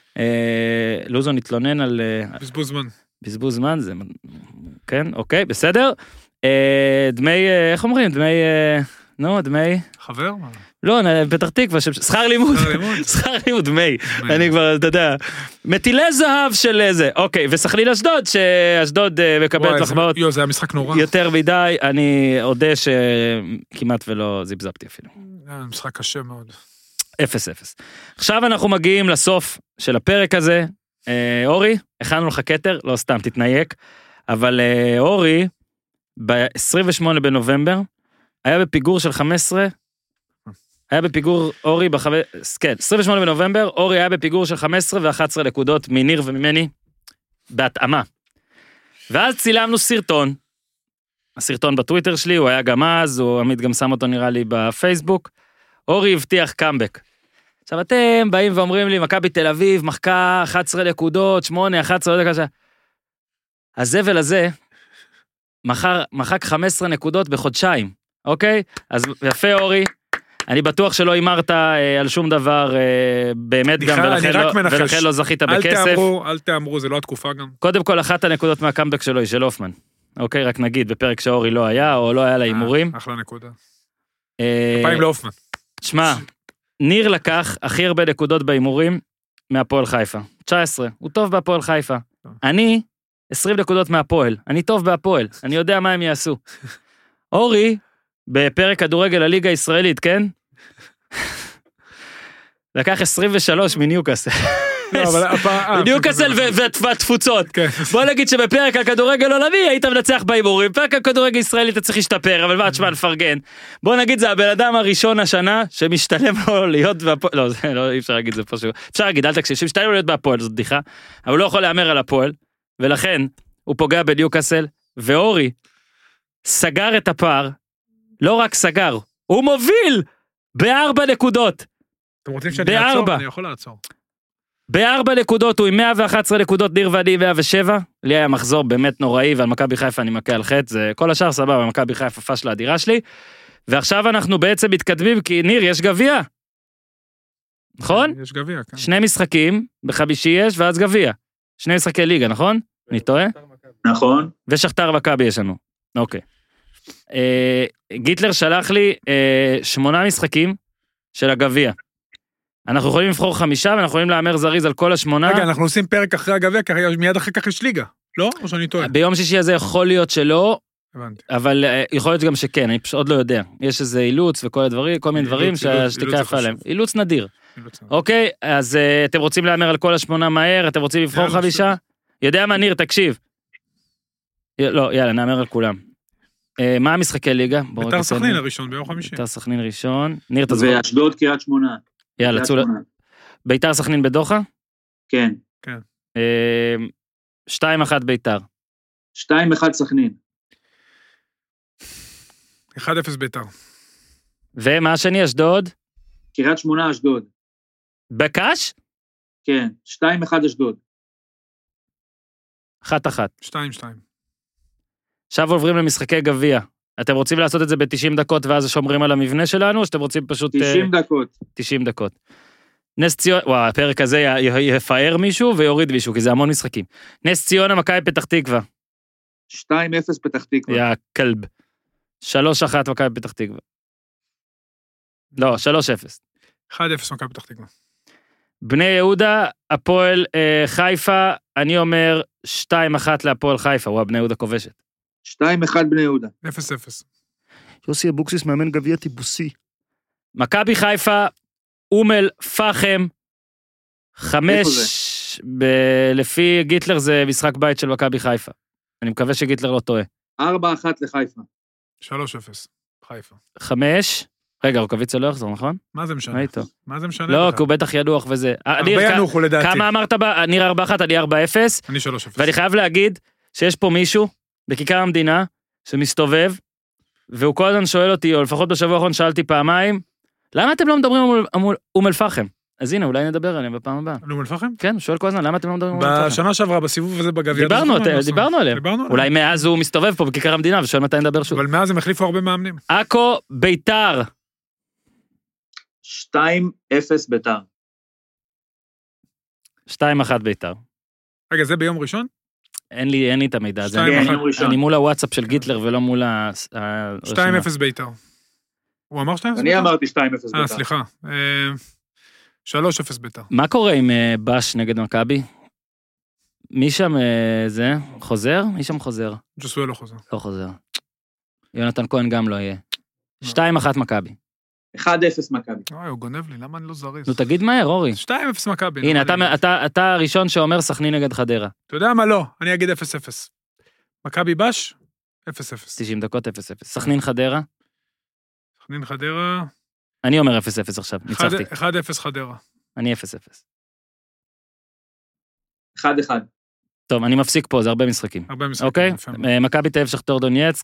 לוזון התלונן על... בזבוז זמן, זה... כן, אוקיי, בסדר. דמי, איך אומרים? דמי... חבר? לא, פתח תקווה, שכר לימוד, דמי, אני כבר, אתה יודע, מטילי זהב של איזה, אוקיי, וסכליל אשדוד, שאשדוד מקבלת מחמאות, זה היה משחק נורא, יותר מדי, אני עודה שכמעט ולא זיבזבתי אפילו. משחק קשה מאוד. 0-0. עכשיו אנחנו מגיעים לסוף של הפרק הזה, אורי, הכנו לך כתר, לא סתם, תתנייק, אבל אורי, ב-28 בנובמבר, היה בפיגור של 15, היה בפיגור, אורי כן, 28 בנובמבר, אורי היה בפיגור של 15 ו-11 נקודות מניר וממני, בהתאמה. ואז צילמנו סרטון, הסרטון בטוויטר שלי, הוא היה גם אז, הוא עמית גם שם אותו נראה לי בפייסבוק, אורי הבטיח קאמבק. עכשיו אתם באים ואומרים לי, מכבי תל אביב, מחכה 11 נקודות, 8, 11, לא יודע כזה. הזבל הזה, מחק 15 נקודות בחודשיים, אוקיי? אז יפה אורי, אני בטוח שלא הימרת על שום דבר באמת גם, ולכן לא זכית בכסף. אל תאמרו, זה לא התקופה גם. קודם כל, אחת הנקודות מהקאמבק שלו היא של אופמן. אוקיי, רק נגיד, בפרק שאורי לא היה, או לא היה לה הימורים. אחלה נקודה. הפעמים לאופמן. שמע, ניר לקח הכי הרבה נקודות בהימורים מהפועל חיפה. 19, הוא טוב בהפועל חיפה. אני, 20 נקודות מהפועל. אני טוב בהפועל, אני יודע מה הם יעשו. אורי, בפרק כדורגל הליגה הישראלית, כן? לקח 23 מניוקאסל. ניוקאסל והתפוצות. בוא נגיד שבפרק הכדורגל עולמי היית מנצח בהימורים, בפרק הכדורגל ישראלי אתה צריך להשתפר, אבל מה תשמע נפרגן. בוא נגיד זה הבן אדם הראשון השנה שמשתלם לו להיות בהפועל, לא, זה לא, אי אפשר להגיד זה פשוט. אפשר להגיד, אל תקשיב, שמשתלם לו להיות בהפועל, זאת בדיחה, אבל הוא לא יכול להאמר על הפועל, ולכן הוא פוגע בניוקאסל, ואורי סגר את הפער, לא רק סגר, הוא מוביל ב4 נקודות. אתם רוצים שאני אעצור? אני יכול לעצור. ב4 נקודות, הוא עם 111 נקודות, ניר ואני 107, לי היה מחזור באמת נוראי, ועל מכבי חיפה אני מכה על חטא, זה כל השאר סבבה, מכבי חיפה פשלה אדירה שלי, ועכשיו אנחנו בעצם מתקדמים, כי ניר, יש גביע. נכון? יש גביע, כן. 2 משחקים, בחמישי יש, ואז גביע. 2 משחקי ליגה, נכון? אני טועה? נכון. ושכתר מכבי יש לנו. אוקיי. גיטלר שלח לי 8 משחקים של הגביע. אנחנו יכולים לבחור 5, ואנחנו יכולים לאמר זריז על כל 8. רגע, אנחנו עושים פרק אחרי הגביע, כי מיד אחרי כך יש ליגה, לא? או שאני טועה? ביום שישי הזה יכול להיות שלא, הבנתי. אבל יכול להיות גם שכן, אני פשוט עוד לא יודע. יש איזה אילוץ וכל הדברים, כל מיני דברים שהשתיקה יפה עליהם. אילוץ נדיר. אוקיי, אז אתם רוצים לאמר על כל 8 מהר, אתם רוצים לבחור 5? יודע מה, ניר, תקשיב. לא, יאללה, נאמר על כולם. מה המשחקי ליגה? ביתר סכנין הראשון, ביום חמישי. ביתר סכנין ראשון. ניר, תזכור. ואשדוד קריית שמונה. יאללה, צאו. ביתר סכנין בדוחה? כן. 2-1 ביתר. 2-1 סכנין. 1-0 ביתר. ומה השני, אשדוד? קריית שמונה אשדוד. בקש? כן, 2-1 אשדוד. 1-1. 2-2. עכשיו עוברים למשחקי גביע. אתם רוצים לעשות את זה ב-90 דקות ואז שומרים על המבנה שלנו, או שאתם רוצים פשוט... 90 דקות. 90 דקות. נס ציונה, וואו, הפרק הזה יפאר מישהו ויוריד מישהו, כי זה המון משחקים. נס ציונה, מכבי פתח תקווה. 2-0 פתח תקווה. יא כלב. 3-1 מכבי פתח תקווה. לא, 3-0. 1-0 מכבי פתח תקווה. בני יהודה, הפועל חיפה, אני אומר 2-1 להפועל חיפה, וואו, בני יהודה כובשת. 2-1 בני יהודה. 0-0. יוסי אבוקסיס מאמן גביע טיפוסי. מכבי חיפה, אומל פחם, 5, לפי גיטלר זה משחק בית של מכבי חיפה. אני מקווה שגיטלר לא טועה. 4-1 לחיפה. 3-0, חיפה. 5, רגע, רוקביצה לא יחזור, נכון? מה זה משנה? מה איתו? מה זה משנה? לא, כי הוא בטח ינוח וזה. הרבה ינוחו לדעתי. כמה אמרת בה? ניר 4-1, אני 4-0. אני 3-0. ואני חייב להגיד שיש פה מישהו בכיכר המדינה שמסתובב, והוא כל הזמן שואל אותי, או לפחות בשבוע האחרון שאלתי פעמיים, למה אתם לא מדברים על אום אל-פחם? אז הנה, אולי נדבר עליהם בפעם הבאה. על אום אל-פחם? כן, הוא שואל כל הזמן, למה אתם לא מדברים על אום אל-פחם? בשנה שעברה, בסיבוב הזה בגביע. דיברנו עליהם. אולי מאז הוא מסתובב פה בכיכר המדינה, ושואל מתי נדבר שוב. אבל מאז הם החליפו הרבה מאמנים. עכו, ביתר. 2-0 ביתר. 2-1 ביתר. רגע, זה ביום ראשון? אין לי את המידע הזה. אני מול הוואטסאפ של גיטלר ולא מול הרשימה. 2-0 ביתר. הוא אמר 2-0 ביתר? אני אמרתי 2-0 ביתר. סליחה. 3-0 ביתר. מה קורה עם בש נגד מכבי? מי שם זה? חוזר? מי שם חוזר? ג'וסואל לא חוזר. לא חוזר. יונתן כהן גם לא יהיה. 2-1 מכבי. 1-0 מכבי. אוי, הוא גונב לי, למה אני לא זריז? נו, תגיד מהר, אורי. 2-0 מכבי. הנה, אתה הראשון שאומר סכנין נגד חדרה. אתה יודע מה? לא, אני אגיד 0-0. מכבי בש, 0-0. 90 דקות 0-0. סכנין חדרה? סכנין חדרה. אני אומר 0-0 עכשיו, ניצחתי. 1-0 חדרה. אני 0-0. 1-1. טוב, אני מפסיק פה, זה הרבה משחקים. הרבה משחקים. אוקיי? יפה מאוד. מכבי תל אביב שכתר דונייצק,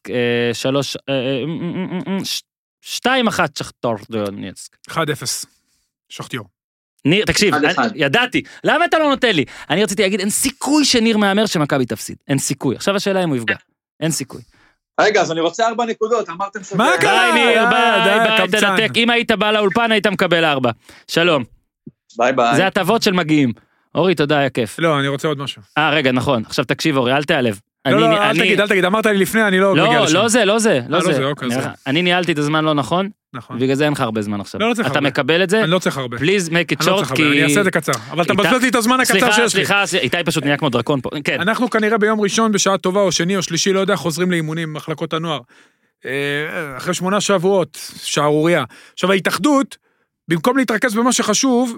2-1 שכתר דונייצק. 1-0. שכתיור. ניר, תקשיב, 1-1. ידעתי, למה אתה לא נותן לי? אני רציתי להגיד, אין סיכוי שניר מאמר שמכבי תפסיד, אין סיכוי. עכשיו השאלה אם הוא יפגע, אין סיכוי. רגע, אז אני רוצה 4 נקודות, אמרתם שזה... מה קרה? די ניר, ביי, קמצן. תנתק, אם היית בא לאולפן היית מקבל 4. שלום, ביי ביי. זה הטבות של מגיעים. אורי, תודה, היה כיף. לא, אני רוצה עוד משהו. רגע, נכון, עכשיו תקשיב אורי, אל תיעלב. לא, אל תגיד, אמרת לי לפני, אני לא מגיע לשם. לא זה. אוקיי, זה. אני ניהלתי את הזמן לא נכון, נכון. בגלל זה אין לך הרבה זמן עכשיו. לא צריך אתה הרבה. מקבל את זה? אני לא צריך הרבה. Please make it אני לא short, צריך הרבה, כי... אני אעשה את זה קצר. אבל אתה מבזבז לי את הזמן הקצר שיש לי. סליחה, איתי פשוט נהיה כמו דרקון פה. כן. אנחנו כנראה ביום ראשון בשעה טובה או שני או שלישי, לא יודע, חוזרים לאימונים במחלקות הנוער. אחרי 8 שבועות, שערוריה. עכשיו ההתאחדות, במקום להתרכז במה שחשוב,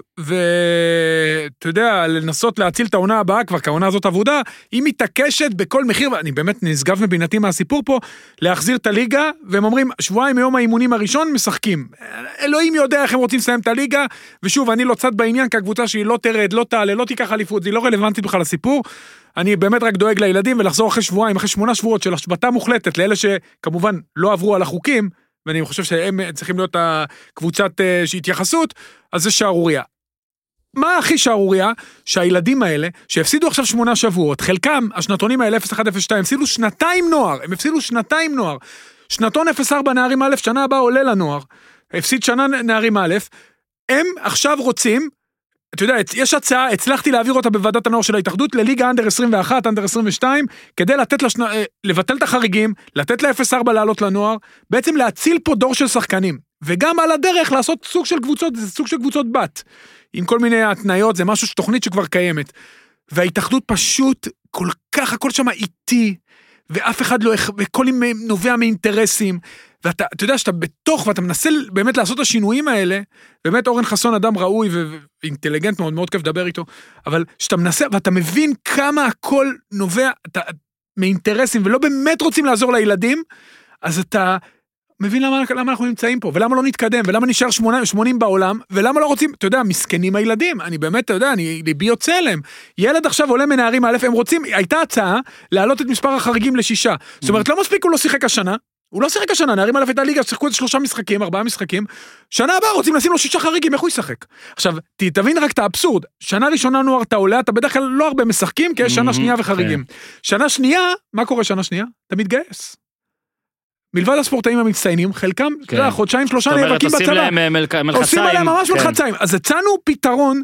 ואתה יודע, לנסות להציל את העונה הבאה, כבר כעונה הזאת עבודה, היא מתעקשת בכל מחיר, ואני באמת נשגב מבינתי מהסיפור פה, להחזיר את הליגה, והם אומרים, שבועיים מיום האימונים הראשון משחקים. אלוהים יודע איך הם רוצים לסיים את הליגה, ושוב, אני לא צד בעניין, כי הקבוצה שהיא לא תרד, לא תעלה, לא תיקח אליפות, זה לא רלוונטית בכלל לסיפור, אני באמת רק דואג לילדים, ולחזור אחרי שבועיים, אחרי 8 שבועות של השבתה מוחלטת, לאלה שכמובן לא עברו על החוקים, ואני חושב שהם צריכים להיות הקבוצת התייחסות, אז זה שערוריה. מה הכי שערוריה? שהילדים האלה, שהפסידו עכשיו 8 שבועות, חלקם, השנתונים האלה 0-1-0-2, הפסידו 2 נוער, הם הפסידו 2 נוער, שנתון 0-4 נערים א', שנה הבאה עולה לנוער, הפסיד שנה נערים א', הם עכשיו רוצים, אתה יודע, יש הצעה, הצלחתי להעביר אותה בוועדת הנוער של ההתאחדות, לליגה אנדר 21, אנדר 22, כדי לתת לבטל את החריגים, לתת ל-0-4 לעלות לנוער, בעצם להציל פה דור של שחקנים, וגם על הדרך לעשות סוג של קבוצות, זה סוג של קבוצות בת, עם כל מיני התניות, זה משהו תוכנית שכבר קיימת, וההתאחדות פשוט, כל כך, הכל שם איטי, ואף אחד לא, וכל נובע מאינטרסים, ואתה יודע שאתה בתוך, ואתה מנסה באמת לעשות את השינויים האלה, באמת אורן חסון אדם ראוי ואינטליגנט מאוד, מאוד כיף לדבר איתו, אבל שאתה מנסה, ואתה מבין כמה הכל נובע מאינטרסים, ולא באמת רוצים לעזור לילדים, אז אתה מבין למה אנחנו נמצאים פה, ולמה לא נתקדם, ולמה נשאר 80 בעולם, ולמה לא רוצים, אתה יודע, מסכנים הילדים, אני באמת, אתה יודע, ליבי יוצא אליהם, ילד עכשיו עולה מנערים א', הם רוצים, הייתה הצעה להעלות את מספר החריגים ל6, זאת אומרת, לא מספיק הוא לא שיחק השנה, הוא לא שיחק השנה, נערים א' הייתה ליגה, ששיחקו את 3 משחקים, 4 משחקים, שנה הבאה רוצים לשים לו 6 חריגים, איך הוא ישחק? עכשיו, תבין רק את האבסורד, שנה ראשונה נוער אתה עולה, אתה בדרך כלל לא הרבה משחקים, כי יש שנה שנייה וחריגים. שנה שנייה, מה קורה שנה שנייה? אתה מתגייס. מלבד הספורטאים המצטיינים, חלקם, חודשיים, 3 נאבקים בצבא. עושים עליהם ממש מלחציים. אז הצענו פתרון,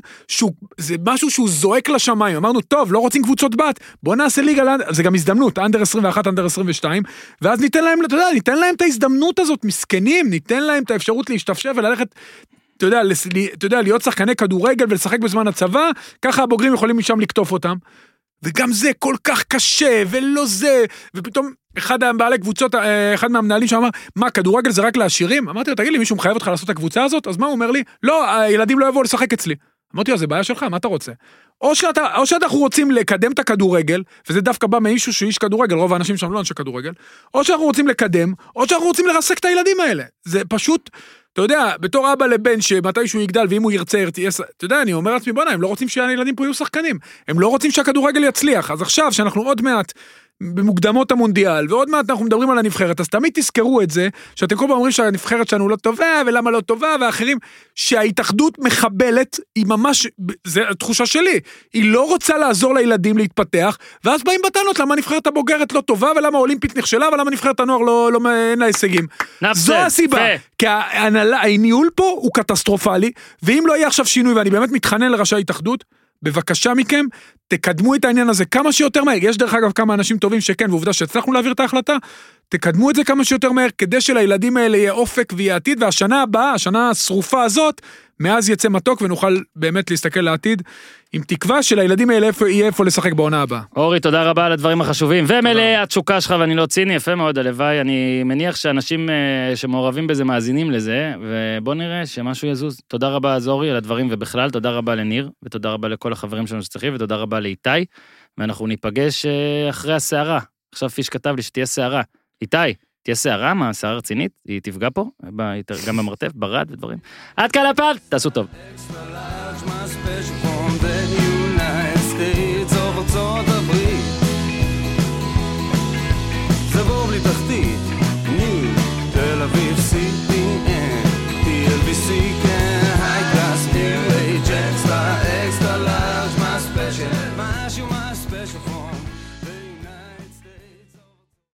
זה משהו שהוא זועק לשמיים. אמרנו, טוב, לא רוצים קבוצות בת, בוא נעשה ליגה, זה גם הזדמנות, אנדר 21, אנדר 22, ואז ניתן להם, אתה יודע, ניתן להם את ההזדמנות הזאת, מסכנים, ניתן להם את האפשרות להשתפשף וללכת, אתה יודע, להיות שחקני כדורגל ולשחק בזמן הצבא, ככה הבוגרים יכולים משם לקטוף אותם. וגם זה כל כך קשה, ולא זה, ופתאום אחד הבעלי קבוצות, אחד מהמנהלים שאמר, מה, כדורגל זה רק לעשירים? אמרתי לו, תגיד לי, מישהו מחייב אותך לעשות את הקבוצה הזאת? אז מה הוא אומר לי? לא, הילדים לא יבואו לשחק אצלי. אמרתי לו, זה בעיה שלך, מה אתה רוצה? או שאנחנו רוצים לקדם את הכדורגל, וזה דווקא בא מאישהו שהוא איש כדורגל, רוב האנשים שם לא אנשי כדורגל, או שאנחנו רוצים לקדם, או שאנחנו רוצים לרסק את הילדים האלה. זה פשוט, אתה יודע, בתור אבא לבן שמתי שהוא יגדל, ואם הוא ירצה, אתה יודע, אני אומר לעצמי, בונה, הם לא רוצים שהילדים פה יהיו שחקנים, הם לא רוצים שהכדורגל יצליח, אז עכשיו שאנחנו עוד מעט במוקדמות המונדיאל, ועוד מעט אנחנו מדברים על הנבחרת, אז תמיד תזכרו את זה, שאתם כל פעם אומרים שהנבחרת שלנו לא טובה, ולמה לא טובה, ואחרים, שההתאחדות מחבלת, היא ממש, זו התחושה שלי, היא לא רוצה לעזור לילדים להתפתח, ואז באים בטענות למה הנבחרת הבוגרת לא טובה, ולמה האולימפית נכשלה, ולמה נבחרת הנוער אין לה הישגים. זו הסיבה, כי הניהול פה הוא קטסטרופלי, ואם לא יהיה עכשיו שינוי, ואני באמת מתחנן לראשי ההתאחדות, בבקשה מכם, תקדמו את העניין הזה כמה שיותר מהר, יש דרך אגב כמה אנשים טובים שכן, ועובדה שהצלחנו להעביר את ההחלטה, תקדמו את זה כמה שיותר מהר, כדי שלילדים האלה יהיה אופק ויהיה עתיד, והשנה הבאה, השנה השרופה הזאת, מאז יצא מתוק ונוכל באמת להסתכל לעתיד, עם תקווה שלילדים האלה יהיה איפה לשחק בעונה הבאה. אורי, תודה רבה על הדברים החשובים, ומלא התשוקה שלך, ואני לא ציני, יפה מאוד, הלוואי, אני מניח שאנשים שמעורבים בזה מאזינים לזה, ובוא נראה שמשהו יזוז. תודה רבה אז אורי על הדברים, ובכלל, תודה רבה לניר, ותודה רבה לכל החברים שלנו שצריכים, ותודה רבה לאיתי, ואנחנו ניפגש אחרי הסערה. עכשיו פיש כתב לי שתהיה סערה. איתי, תהיה שערה, מה, שערה רצינית, היא תפגע פה, גם במרתף, ברד ודברים. עד כאן הפעם, תעשו טוב. זה בור בלי תחתית